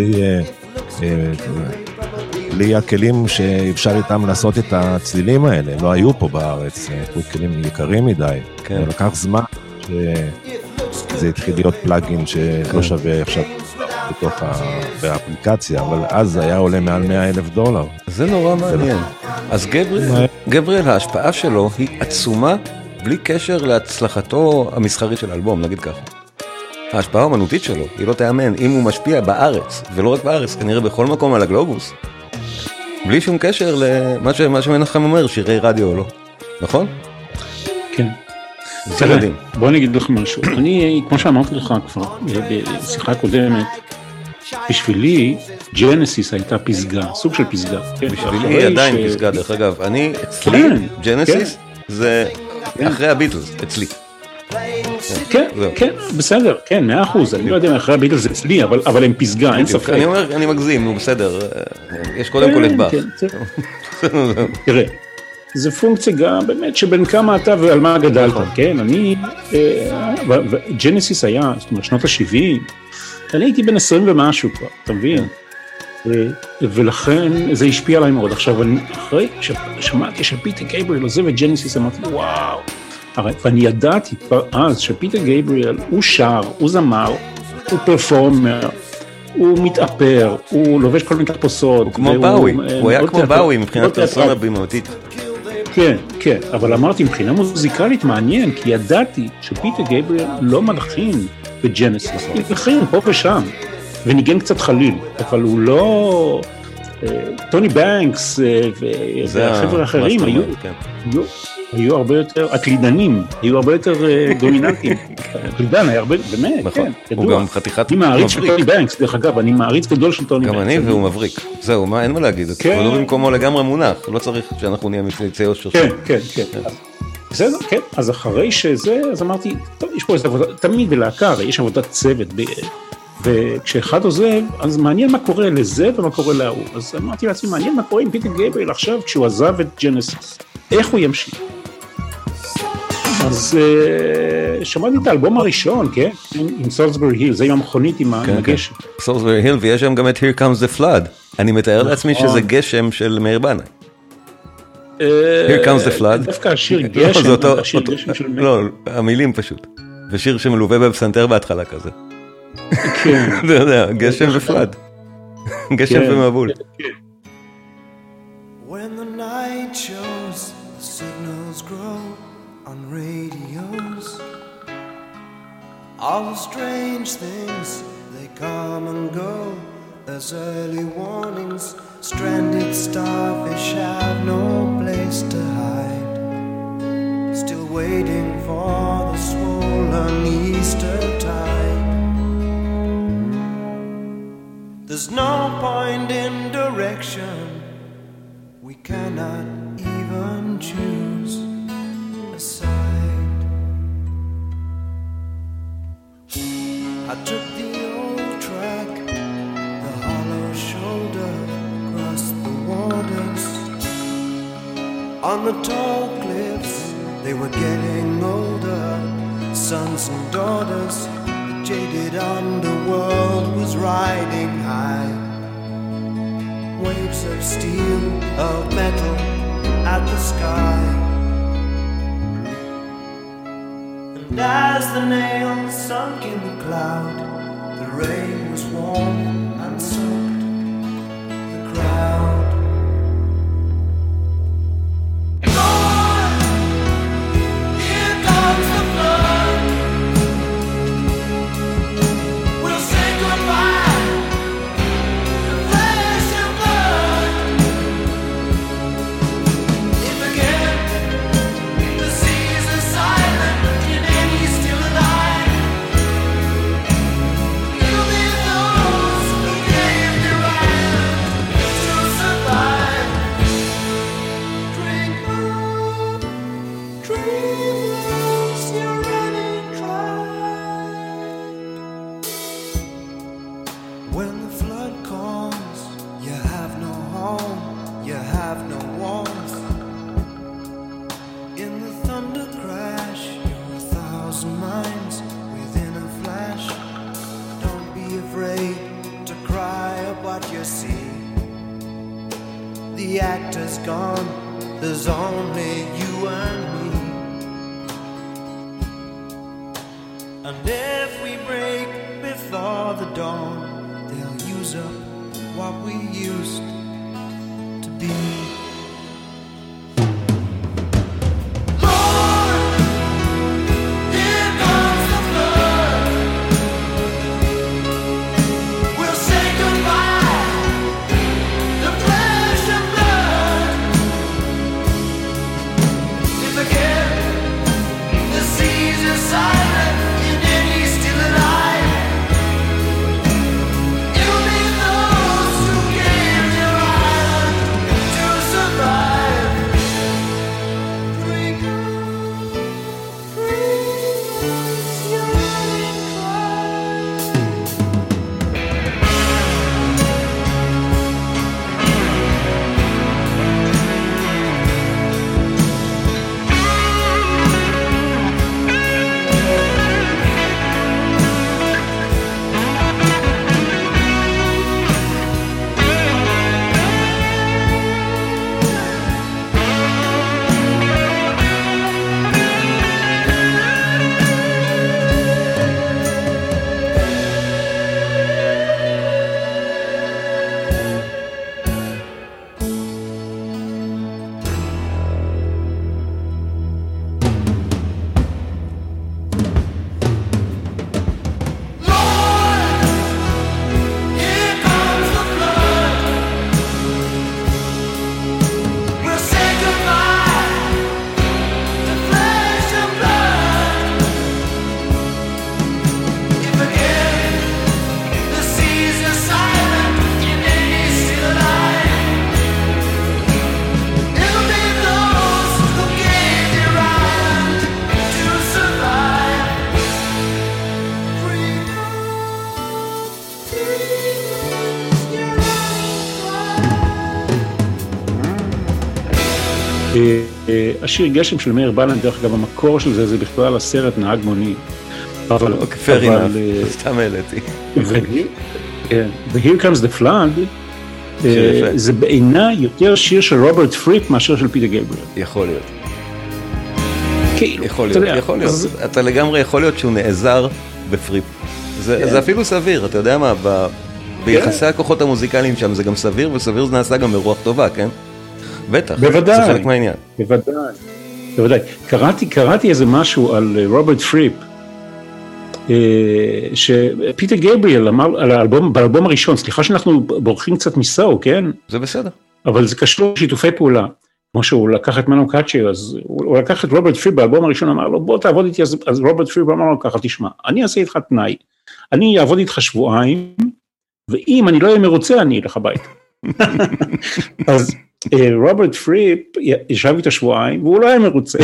לי הכלים שאפשר איתם לעשות את הצלילים האלה, לא היו פה בארץ, כלים יקרים מדי, ולקח זמן שזה התחיל להיות פלאגין שלא שווה עכשיו בתוך האפליקציה, אבל אז היה עולה מעל $100,000. זה נורא מעניין. אז גבריאל, ההשפעה שלו היא עצומה, בלי קשר להצלחתו המסחרית של האלבום, נגיד ככה. ההשפעה האמנותית שלו, היא לא תאמן, אם הוא משפיע בארץ, ולא רק בארץ, כנראה בכל מקום על הגלובוס, בלי שום קשר למה שמנחם אומר, שירי רדיו או לא. נכון? כן. תראה, בוא אני אגיד לך משהו. אני, כמו שאמרתי לך כבר, בשיחה קודמת, בשבילי, ג'נסיס הייתה פסגה, סוג של פסגה. בשבילי היא עדיין פסגה, דרך אגב. אצלי, ג'נסיס זה אחרי הביטלס, אצלי. כן, כן, בסדר, כן, 100%, אני לא יודע אם אחרי הביטלס זה אצלי, אבל הם פסגה, אין ספק. אני אומר, אני מגזים, נו בסדר, יש קודם כל את באך. תראה, זה פונקציה גם באמת שבין כמה אתה ועל מה גדלת, כן, אני, ג'נסיס היה, זאת אומרת, שנות ה-70, אני הייתי בן 20 ומשהו כבר, אתה מבין? ולכן זה השפיע עליי מאוד. עכשיו, אחרי ששמעתי שפיטר גבריאל עוזב את ג'נסיס, אמרתי, וואו, ואני ידעתי כבר אז שפיטר גבריאל הוא שר, הוא זמר, הוא פרפורמר, הוא מתאפר, הוא לובש כל מיני תחפושות. הוא כמו באוי, הוא היה כמו באוי מבחינת פרסונה בימותית. כן, כן, אבל אמרתי מבחינה מוזיקלית מעניין, כי ידעתי שפיטר גבריאל לא מלחין בג'נסיס, הוא מלחין פה ושם, וניגן קצת חליל, אבל הוא לא... טוני בנקס והחבר'ה האחרים היו הרבה יותר, הקלידנים היו הרבה יותר דומיננטיים. הקלידן היה הרבה, באמת, כן, הוא גם חתיכת אני מעריץ של טוני בנקס, דרך אגב, אני מעריץ גדול של טוני בנקס. גם אני והוא מבריק, זהו, אין מה להגיד, הוא לא במקומו לגמרי מונח, לא צריך שאנחנו נהיה מפליצי אושר. כן, כן, כן. בסדר, כן, אז אחרי שזה, אז אמרתי, טוב, יש פה איזו עבודה, תמיד בלהקה, יש עבודת צוות, וכשאחד עוזב, אז מעניין מה קורה לזה ומה קורה להוא. אז אמרתי לעצמי, מעניין מה קורה עם פיטר גבריאל עכשיו, כשהוא עזב את ג'נסיס. איך הוא ימשיך? אז שמעתי את האלבום הראשון, כן? עם סולסברי היל, זה עם המכונית עם הגשם. סולסברי היל, ויש שם גם את Here Comes the Flood. אני מתאר לעצמי שזה גשם של מאיר בנאי. Here Comes the Flood. דווקא השיר גשם, השיר גשם של מאיר. לא, המילים פשוט. ושיר שמלווה בפסנתר בהתחלה כזה. כן. אתה יודע, גשם ופלד. גשם ומבול. When the night shows, the signals grow on radios. All the strange things, they come and go as early warnings. Stranded starfish have no place to hide. Still waiting for the swollen Easter tide. There's no point in direction. We cannot even choose a side. I took the old track, the hollow shoulder, across the waters. On the tall cliffs, they were getting older, sons and daughters. The jaded underworld was riding high. Waves of steel, of metal, at the sky. And as the nails sunk in the cloud, the rain was warm and soaked the crowd. Lord, here comes is gone, there's only you and me. And if we break before the dawn, they'll use up what we used to be. השיר גשם של מאיר בלנט, דרך אגב, המקור של זה בכלל הסרט נהג מוני. סתם העליתי. ו-Here Comes the Flood, זה בעיניי יותר שיר של רוברט פריפ מאשר של פיטר גבריאל. יכול להיות. יכול להיות. אתה לגמרי יכול להיות שהוא נעזר בפריפ. זה אפילו סביר, אתה יודע מה, ביחסי הכוחות המוזיקליים שם זה גם סביר, וסביר זה נעשה גם ברוח טובה, כן? בטח, בוודאי, זה חלק מהעניין. בוודאי. קראתי איזה משהו על רוברט פריפ, שפיטר גבריאל אמר באלבום הראשון, סליחה שאנחנו בורחים קצת מסאו, כן? זה בסדר. אבל זה קשור לשיתופי פעולה. כמו שהוא לקח את מנו קאצ'י, אז הוא לקח את רוברט פריפ באלבום הראשון, אמר לו, בוא תעבוד איתי, אז רוברט פריפ אמר לו ככה, תשמע, אני אעשה איתך תנאי, אני אעבוד איתך שבועיים, ואם אני לא אהיה מרוצה, אני אלך הביתה. אז רוברט פריפ ישב איתו שבועיים, והוא לא היה מרוצה.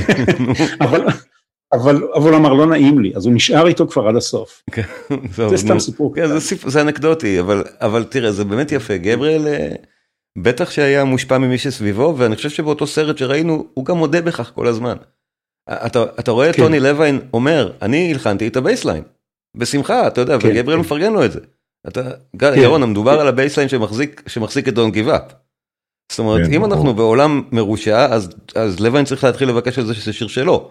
אבל הוא אמר, לא נעים לי, אז הוא נשאר איתו כבר עד הסוף. זה סתם סיפור. זה אנקדוטי, אבל תראה, זה באמת יפה. גבריאל בטח שהיה מושפע ממי שסביבו, ואני חושב שבאותו סרט שראינו, הוא גם מודה בכך כל הזמן. אתה רואה את טוני לוין אומר, אני הלחנתי את הבייסליין. בשמחה, אתה יודע, וגבריאל מפרגן לו את זה. ירון, המדובר על הבייסליין שמחזיק את Don't Give Up. זאת אומרת, אם אנחנו בעולם מרושע, אז לוין צריך להתחיל לבקש על זה שזה שיר שלו.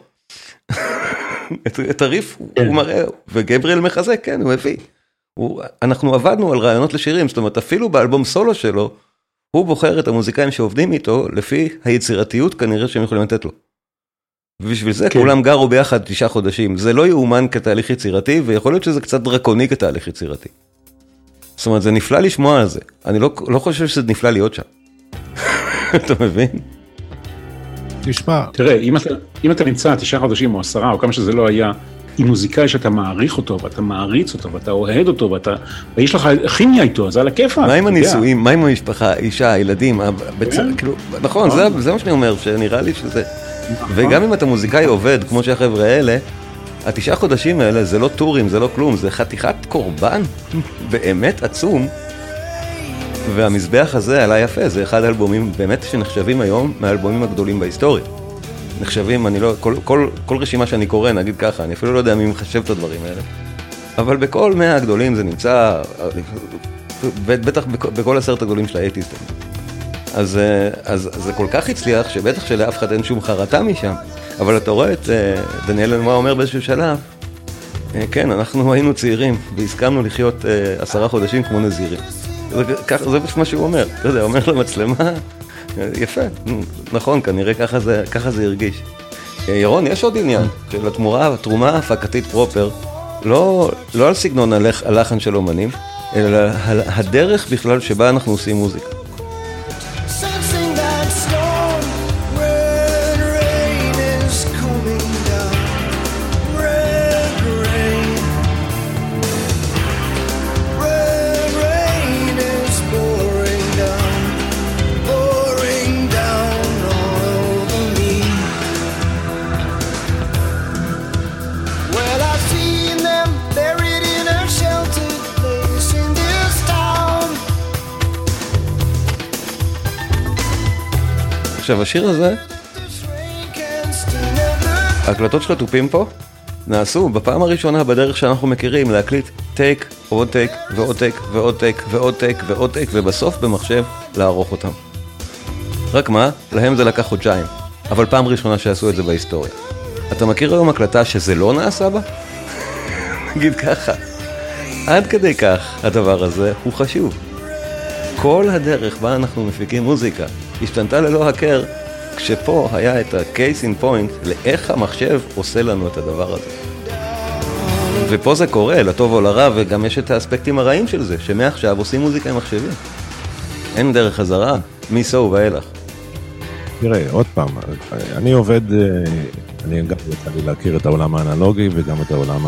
את הריף הוא מראה, וגבריאל מחזק, כן, הוא הביא. אנחנו עבדנו על רעיונות לשירים, זאת אומרת, אפילו באלבום סולו שלו, הוא בוחר את המוזיקאים שעובדים איתו, לפי היצירתיות כנראה שהם יכולים לתת לו. ובשביל זה כולם גרו ביחד 9 חודשים. זה לא יאומן כתהליך יצירתי, ויכול להיות שזה קצת דרקוני כתהליך יצירתי. זאת אומרת, זה נפלא לשמוע על זה. אני לא חושב שזה נפלא להיות שם. אתה מבין? תשמע. תראה, אם אתה נמצא 9 חודשים או 10, או כמה שזה לא היה, עם מוזיקאי שאתה מעריך אותו, ואתה מעריץ אותו, ואתה אוהד אותו, ויש לך כימיה איתו, אז על הכיפה. מה עם הנישואים, מה עם המשפחה, האישה, הילדים, נכון, זה מה שאני אומר, שנראה לי שזה, וגם אם אתה מוזיקאי עובד, כמו שהחבר'ה האלה, 9 חודשים האלה זה לא טורים, זה לא כלום, זה חתיכת קורבן, באמת עצום, והמזבח הזה עלה יפה, זה אחד האלבומים באמת שנחשבים היום מהאלבומים הגדולים בהיסטוריה. נחשבים, אני לא, כל רשימה שאני קורא, נגיד ככה, אני אפילו לא יודע מי מחשב את הדברים האלה. אבל בכל 100 הגדולים זה נמצא, בטח בכל 10 הגדולים של ה-80's. אז זה כל כך הצליח, שבטח שלאף אחד אין שום חרטה משם. אבל אתה רואה את דניאל מה אומר באיזשהו שלב, כן, אנחנו היינו צעירים, והסכמנו לחיות 10 חודשים כמו נזירים. זה מה שהוא אומר, אתה יודע, אומר למצלמה, יפה, נכון, כנראה ככה זה הרגיש. ירון, יש עוד עניין, של התרומה ההפקתית פרופר, לא על סגנון הלחן של אומנים, אלא הדרך בכלל שבה אנחנו עושים מוזיקה. עכשיו, השיר הזה, ההקלטות של התופים פה, נעשו בפעם הראשונה בדרך שאנחנו מכירים, להקליט טייק, עוד טייק, ועוד טייק, ועוד טייק, ועוד טייק, ועוד טייק, ובסוף במחשב לערוך אותם. רק מה? להם זה לקח חודשיים, אבל פעם ראשונה שעשו את זה בהיסטוריה. אתה מכיר היום הקלטה שזה לא נעשה בה? נגיד ככה. עד כדי כך הדבר הזה הוא חשוב. כל הדרך בה אנחנו מפיקים מוזיקה השתנתה ללא הכר, כשפה היה את ה-case in point לאיך המחשב עושה לנו את הדבר הזה. ופה זה קורה, לטוב או לרע, וגם יש את האספקטים הרעים של זה, שמעכשיו עושים מוזיקה עם מחשבים. אין דרך חזרה, מסו ואילך. תראה, עוד פעם, אני עובד, אני גם יצא לי להכיר את העולם האנלוגי וגם את העולם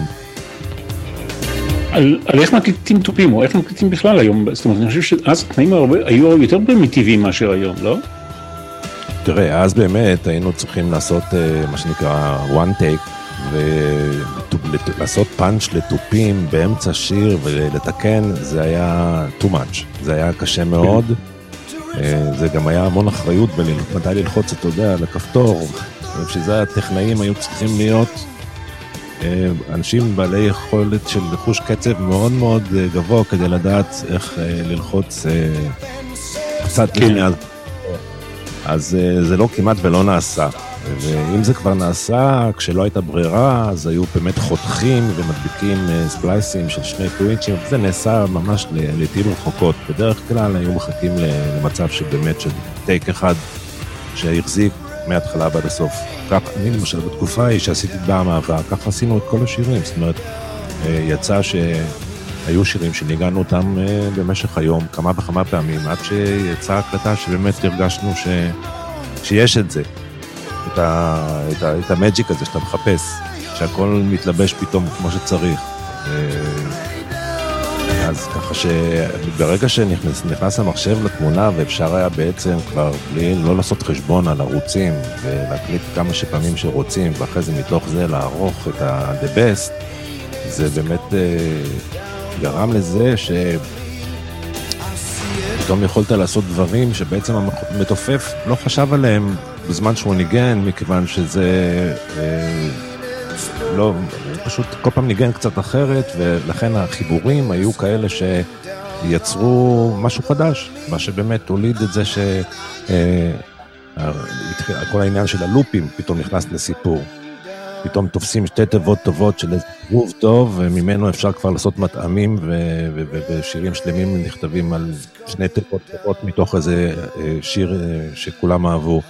על איך מקליטים טופים, או איך מקליטים בכלל היום, זאת אומרת, אני חושב שאז התנאים היו יותר פרימיטיביים מאשר היום, לא? תראה, אז באמת היינו צריכים לעשות מה שנקרא one take, ולעשות פאנץ' לטופים באמצע שיר ולתקן, זה היה too much, זה היה קשה מאוד, זה גם היה המון אחריות מתי ללחוץ, אתה יודע, לכפתור, שזה הטכנאים היו צריכים להיות אנשים בעלי יכולת של לחוש קצב מאוד מאוד גבוה כדי לדעת איך ללחוץ קצת לפני. אז זה לא כמעט ולא נעשה. ואם זה כבר נעשה, כשלא הייתה ברירה, אז היו באמת חותכים ומדביקים ספלייסים של 2 טוויצ'ים. זה נעשה ממש לעתים רחוקות. בדרך כלל היו מחכים למצב שבאמת של טייק אחד שהחזיק מההתחלה ועד הסוף. אני למשל בתקופה היא שעשיתי במעבר, ככה עשינו את כל השירים, זאת אומרת, יצא שהיו שירים שניגענו אותם במשך היום כמה וכמה פעמים, עד שיצאה הקלטה שבאמת הרגשנו שיש את זה, את המג'יק הזה שאתה מחפש, שהכל מתלבש פתאום כמו שצריך. אז ככה שברגע שנכנס המחשב לתמונה ואפשר היה בעצם כבר בלי לא לעשות חשבון על ערוצים ולהקליט כמה שפעמים שרוצים ואחרי זה מתוך זה לערוך את ה-the best, זה באמת גרם לזה שפתאום יכולת לעשות דברים שבעצם המתופף לא חשב עליהם בזמן שהוא ניגן, מכיוון שזה לא, פשוט כל פעם ניגן קצת אחרת, ולכן החיבורים היו כאלה שיצרו משהו חדש, מה שבאמת הוליד את זה כל העניין של הלופים פתאום נכנס לסיפור. פתאום תופסים 2 תיבות טובות של איזה גרוב טוב, וממנו אפשר כבר לעשות מטעמים, ושירים שלמים נכתבים על 2 תיבות טובות מתוך איזה שיר שכולם אהבו.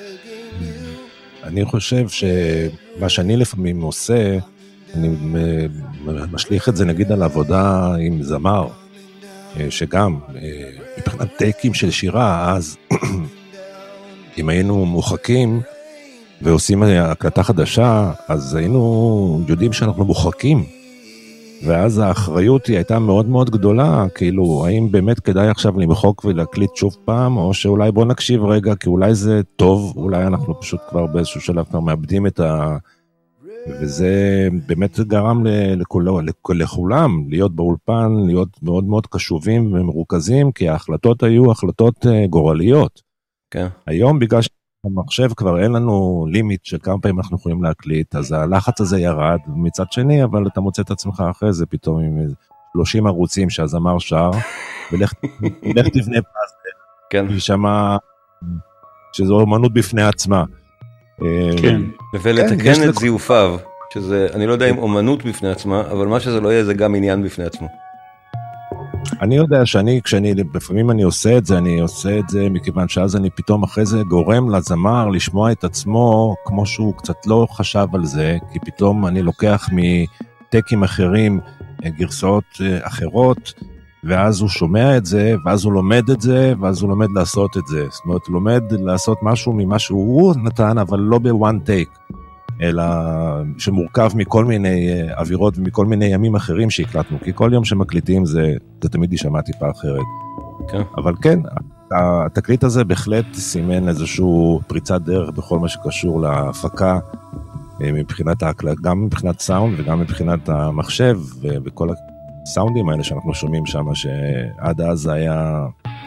אני חושב שמה שאני לפעמים עושה, אני משליך את זה נגיד על עבודה עם זמר, שגם מבחינת טייקים של שירה, אז אם היינו מוחקים ועושים הקלטה חדשה, אז היינו יודעים שאנחנו מוחקים, ואז האחריות היא הייתה מאוד מאוד גדולה, כאילו, האם באמת כדאי עכשיו למחוק ולהקליט שוב פעם, או שאולי בוא נקשיב רגע, כי אולי זה טוב, אולי אנחנו פשוט כבר באיזשהו שלב כבר מאבדים את וזה באמת גרם לכולם להיות באולפן, להיות מאוד מאוד קשובים ומרוכזים, כי ההחלטות היו החלטות גורליות. כן. היום בגלל במחשב כבר אין לנו לימיט של כמה פעמים אנחנו יכולים להקליט, אז הלחץ הזה ירד מצד שני, אבל אתה מוצא את עצמך אחרי זה פתאום עם 30 ערוצים שהזמר שר, ולך תבנה פאזל, כן. היא שמה, שזו אומנות בפני עצמה. כן. ולתקן את זיופיו, שזה, אני לא יודע אם אומנות בפני עצמה, אבל מה שזה לא יהיה זה גם עניין בפני עצמו. אני יודע לפעמים אני עושה את זה מכיוון שאז אני פתאום אחרי זה גורם לזמר לשמוע את עצמו כמו שהוא קצת לא חשב על זה, כי פתאום אני לוקח מטקים אחרים, גרסאות אחרות, ואז הוא שומע את זה, ואז הוא לומד את זה, ואז הוא לומד לעשות את זה. זאת אומרת, הוא לומד לעשות משהו ממה שהוא נתן, אבל לא ב-one take, אלא שמורכב מכל מיני אווירות ומכל מיני ימים אחרים שהקלטנו, כי כל יום שמקליטים זה תמיד יישמע טיפה אחרת. כן. אבל כן, התקליט הזה בהחלט סימן איזשהו פריצת דרך בכל מה שקשור להפקה, מבחינת ההקלט, גם מבחינת סאונד וגם מבחינת המחשב, ובכל הסאונדים האלה שאנחנו שומעים שם, שעד אז היה,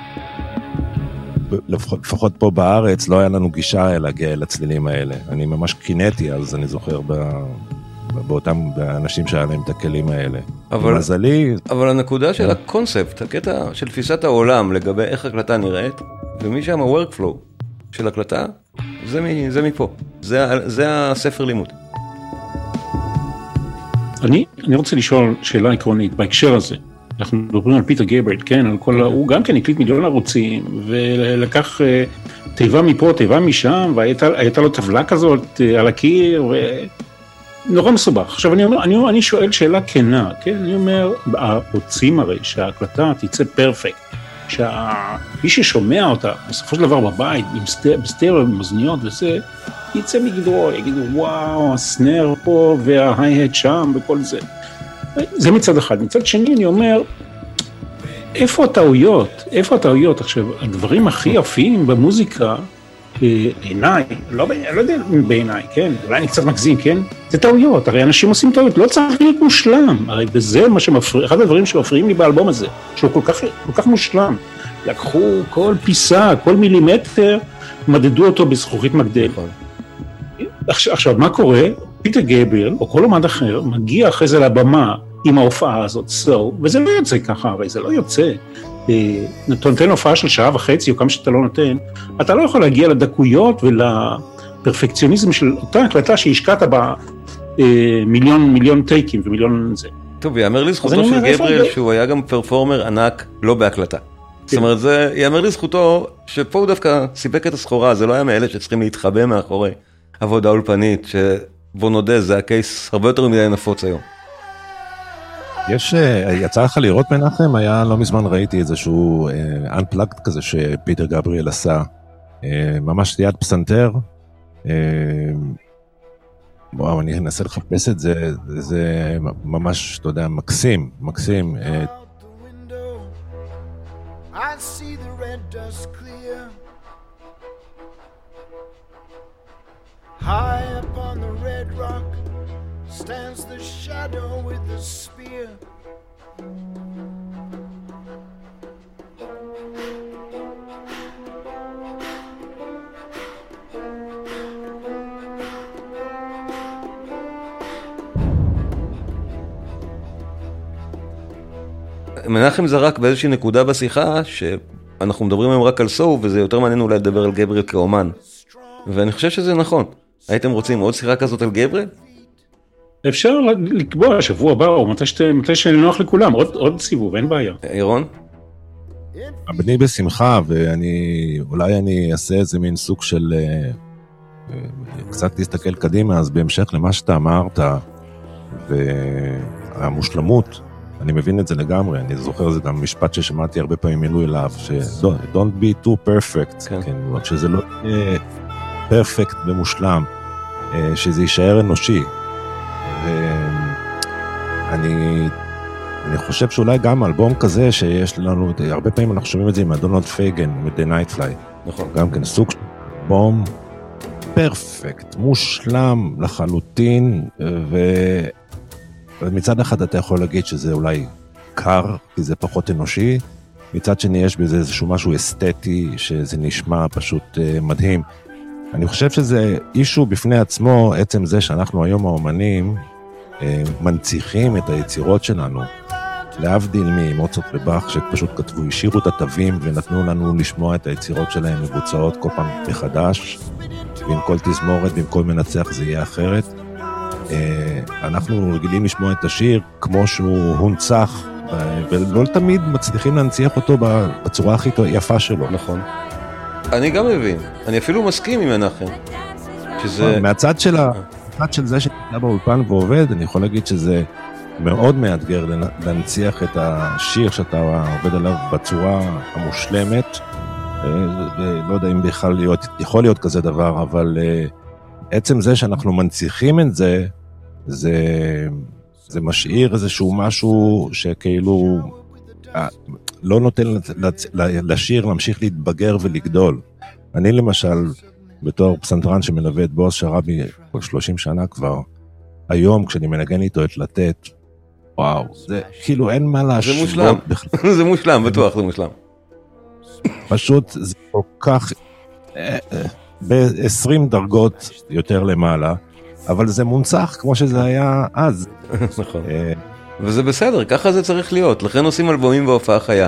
לפחות פה בארץ, לא היה לנו גישה להגיע אל הצלילים האלה. אני ממש קינאתי, אז אני זוכר באותם אנשים שהיה להם את הכלים האלה. אבל הנקודה של הקונספט, הקטע של תפיסת העולם לגבי איך הקלטה נראית, ומשם ה-workflow של הקלטה, זה מפה. זה הספר לימוד. אני רוצה לשאול שאלה עקרונית בהקשר הזה. אנחנו מדברים על פיטר גייברט, כן, על כל, הוא גם כן הקליט מיליון ערוצים, ולקח תיבה מפה, תיבה משם, והייתה לו טבלה כזאת על הקיר, ונורא מסובך. עכשיו אני שואל שאלה כנה, כן, אני אומר, רוצים הרי שההקלטה תצא פרפקט, שמי ששומע אותה, בסופו של דבר בבית, בסטריאו, במאזניות וזה, יצא מגדרו, יגידו, וואו, הסנר פה, וההי-הט שם, וכל זה. זה מצד אחד. מצד שני אני אומר, איפה הטעויות? עכשיו, הדברים הכי יפים במוזיקה, בעיניי, לא יודע בעיניי, כן? אולי אני קצת מגזים, כן? זה טעויות, הרי אנשים עושים טעויות, לא צריך להיות מושלם, הרי בזה מה שמפריע, אחד הדברים שמפריעים לי באלבום הזה, שהוא כל כך מושלם. לקחו כל פיסה, כל מילימטר, מדדו אותו בזכוכית מגדל. עכשיו, מה קורה? פיטר גייברט, או כל אומן אחר, מגיע אחרי זה לבמה עם ההופעה הזאת, וזה לא יוצא ככה, הרי זה לא יוצא. אתה נותן הופעה של שעה וחצי, או כמה שאתה לא נותן, אתה לא יכול להגיע לדקויות ולפרפקציוניזם של אותה הקלטה שהשקעת בה מיליון טייקים ומיליון זה. טוב, יאמר לזכותו של גייברט שהוא היה גם פרפורמר ענק, לא בהקלטה. זאת אומרת, זה יאמר לזכותו שפה הוא דווקא סיפק את הסחורה, זה לא היה מאלה שצריכים להתחבא מאחורי עבודה אולפנית, שבוא נודה, זה הקייס הרבה יותר מדי נפוץ היום. יצא לך לראות מנחם, היה לא מזמן ראיתי איזשהו unplugged כזה שפיטר גבריאל עשה, ממש ליד פסנתר, וואו, אני אנסה לחפש את זה, זה ממש, אתה יודע, מקסים. I see the red dust clear. High upon the red rock stands the shadow with the spear. מנחם זרק באיזושהי נקודה בשיחה שאנחנו מדברים היום רק על סו, וזה יותר מעניין אולי לדבר על גייברט כאומן. ואני חושב שזה נכון. הייתם רוצים עוד שיחה כזאת על גייברט? אפשר לקבוע שבוע הבא, או מתי שנוח לכולם, עוד סיבוב, אין בעיה. אירון? אני בשמחה, ואולי אני אעשה איזה מין סוג של קצת להסתכל קדימה, אז בהמשך למה שאתה אמרת, והמושלמות, אני מבין את זה לגמרי, אני זוכר, זה גם משפט ששמעתי הרבה פעמים מילוי אליו, don't be too perfect, כן, שזה לא יהיה פרפקט ומושלם, שזה יישאר אנושי. אני חושב שאולי גם אלבום כזה שיש לנו, הרבה פעמים אנחנו שומעים את זה עם הדונלד פייגן, מ-The Night Fly, נכון. גם כן סוג של אלבום פרפקט, מושלם לחלוטין, ומצד אחד אתה יכול להגיד שזה אולי קר, כי זה פחות אנושי, מצד שני יש בזה איזשהו משהו אסתטי, שזה נשמע פשוט מדהים. אני חושב שזה אישו בפני עצמו, עצם זה שאנחנו היום האומנים מנציחים את היצירות שלנו, להבדיל ממוצרט ובאך, שפשוט כתבו, השאירו את התווים ונתנו לנו לשמוע את היצירות שלהם מבוצעות כל פעם מחדש, ועם כל תזמורת ועם כל מנצח זה יהיה אחרת. אנחנו רגילים לשמוע את השיר כמו שהוא הונצח, ולא תמיד מצליחים להנציח אותו בצורה הכי יפה שלו. נכון. אני גם מבין, אני אפילו מסכים עם מנחם. שזה... מהצד של זה שנמצא באולפן ועובד, אני יכול להגיד שזה מאוד מאתגר להנציח את השיר שאתה עובד עליו בצורה המושלמת. לא יודע אם בכלל יכול להיות כזה דבר, אבל עצם זה שאנחנו מנציחים את זה, זה משאיר איזשהו משהו שכאילו לא נותן לשיר להמשיך להתבגר ולגדול. אני למשל, בתור פסנתרן שמלווה את בועז שרעבי 30 שנה כבר, היום כשאני מנגן איתו את לתת, וואו, זה כאילו אין מה להשוות. זה מושלם, זה מושלם, בטוח זה מושלם. פשוט זה כל כך, ב-20 דרגות יותר למעלה, אבל זה מונצח כמו שזה היה אז. נכון. וזה בסדר, ככה זה צריך להיות, לכן עושים אלבומים בהופעה חיה.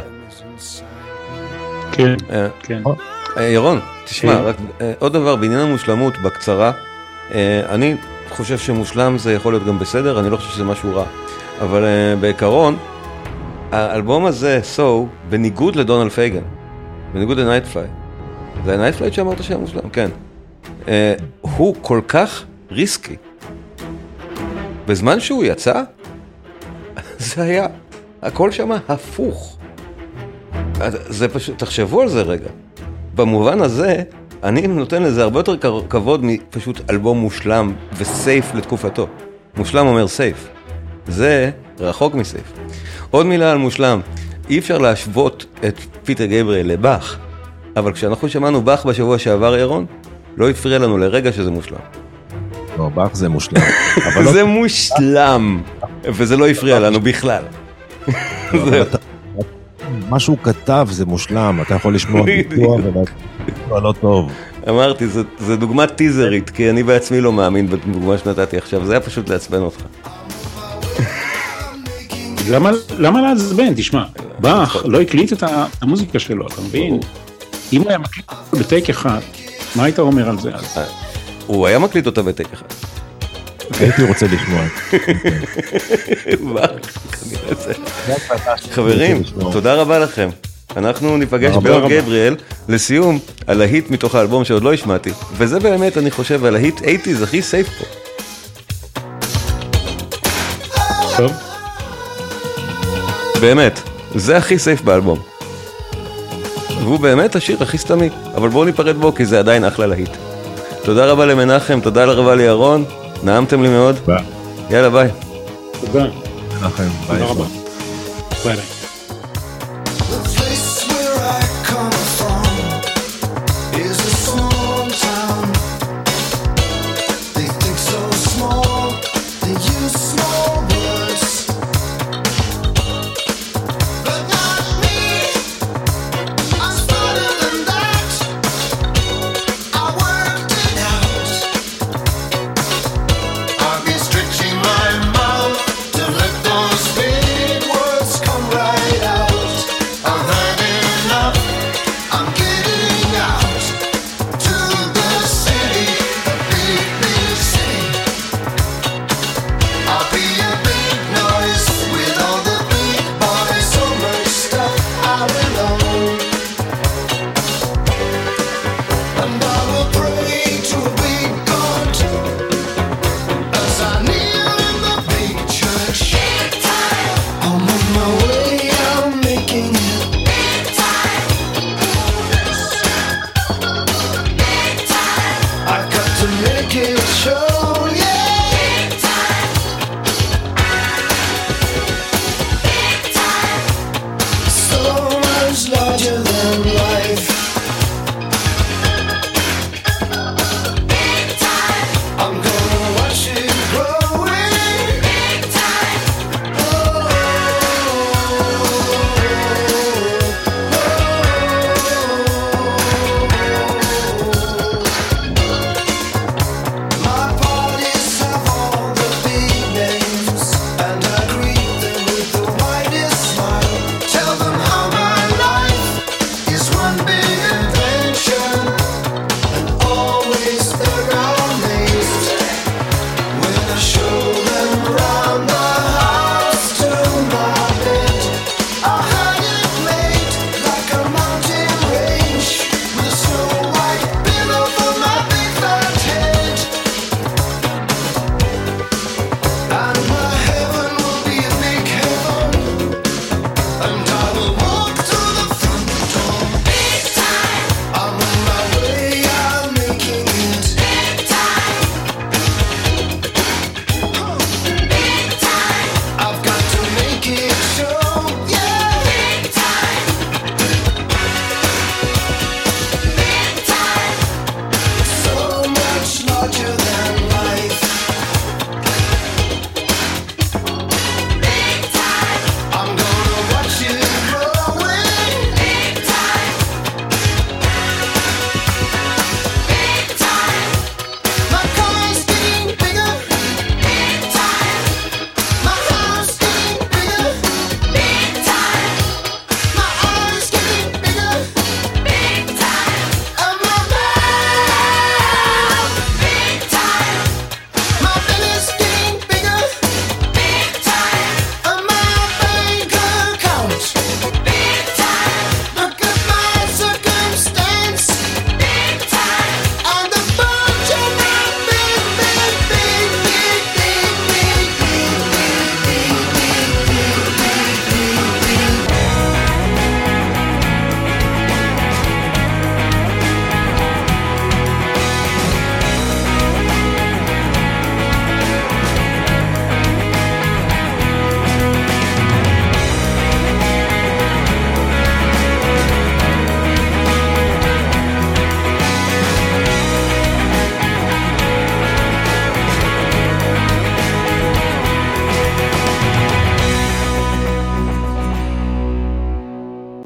כן, כן. ירון, תשמע, רק עוד דבר, בעניין המושלמות, בקצרה, אני חושב שמושלם זה יכול להיות גם בסדר, אני לא חושב שזה משהו רע, אבל בעיקרון, האלבום הזה, So, בניגוד לדונלד פייגן, בניגוד לנייטפליי, זה הנייטפליי שאמרת שהיה מושלם? כן. הוא כל כך ריסקי. בזמן שהוא יצא, זה היה, הכל שמה הפוך. זה פשוט, תחשבו על זה רגע. במובן הזה, אני נותן לזה הרבה יותר כבוד מפשוט אלבום מושלם וסייף לתקופתו. מושלם אומר סייף. זה רחוק מסייף. עוד מילה על מושלם. אי אפשר להשוות את פיטר גבריאל לבאך, אבל כשאנחנו שמענו באך בשבוע שעבר, ירון, לא הפריע לנו לרגע שזה מושלם. לא, באך זה מושלם. זה מושלם, וזה לא הפריע לנו בכלל. מה שהוא כתב זה מושלם, אתה יכול לשמוע ביצוע ולביצוע לא טוב. אמרתי, זה דוגמה טיזרית, כי אני בעצמי לא מאמין בדוגמה שנתתי עכשיו, זה היה פשוט לעצבן אותך. למה לעצבן? תשמע, באך לא הקליט את המוזיקה שלו, אתה מבין? אם הוא היה מקליט בטייק אחד, מה היית אומר על זה אז? הוא היה מקליט אותה בטייק אחד. הייתי רוצה לשמוע. חברים, תודה רבה לכם. אנחנו ניפגש בעוד גבריאל, לסיום, הלהיט מתוך האלבום שעוד לא השמעתי, וזה באמת, אני חושב, הלהיט 80's הכי סייף פה. טוב. באמת, זה הכי סייף באלבום. והוא באמת השיר הכי סתמי, אבל בואו ניפרד בו, כי זה עדיין אחלה להיט. תודה רבה למנחם, תודה רבה לירון, נעמתם לי מאוד. ביי. יאללה, ביי. תודה. מנחם, ביי. תודה רבה. ביי ביי.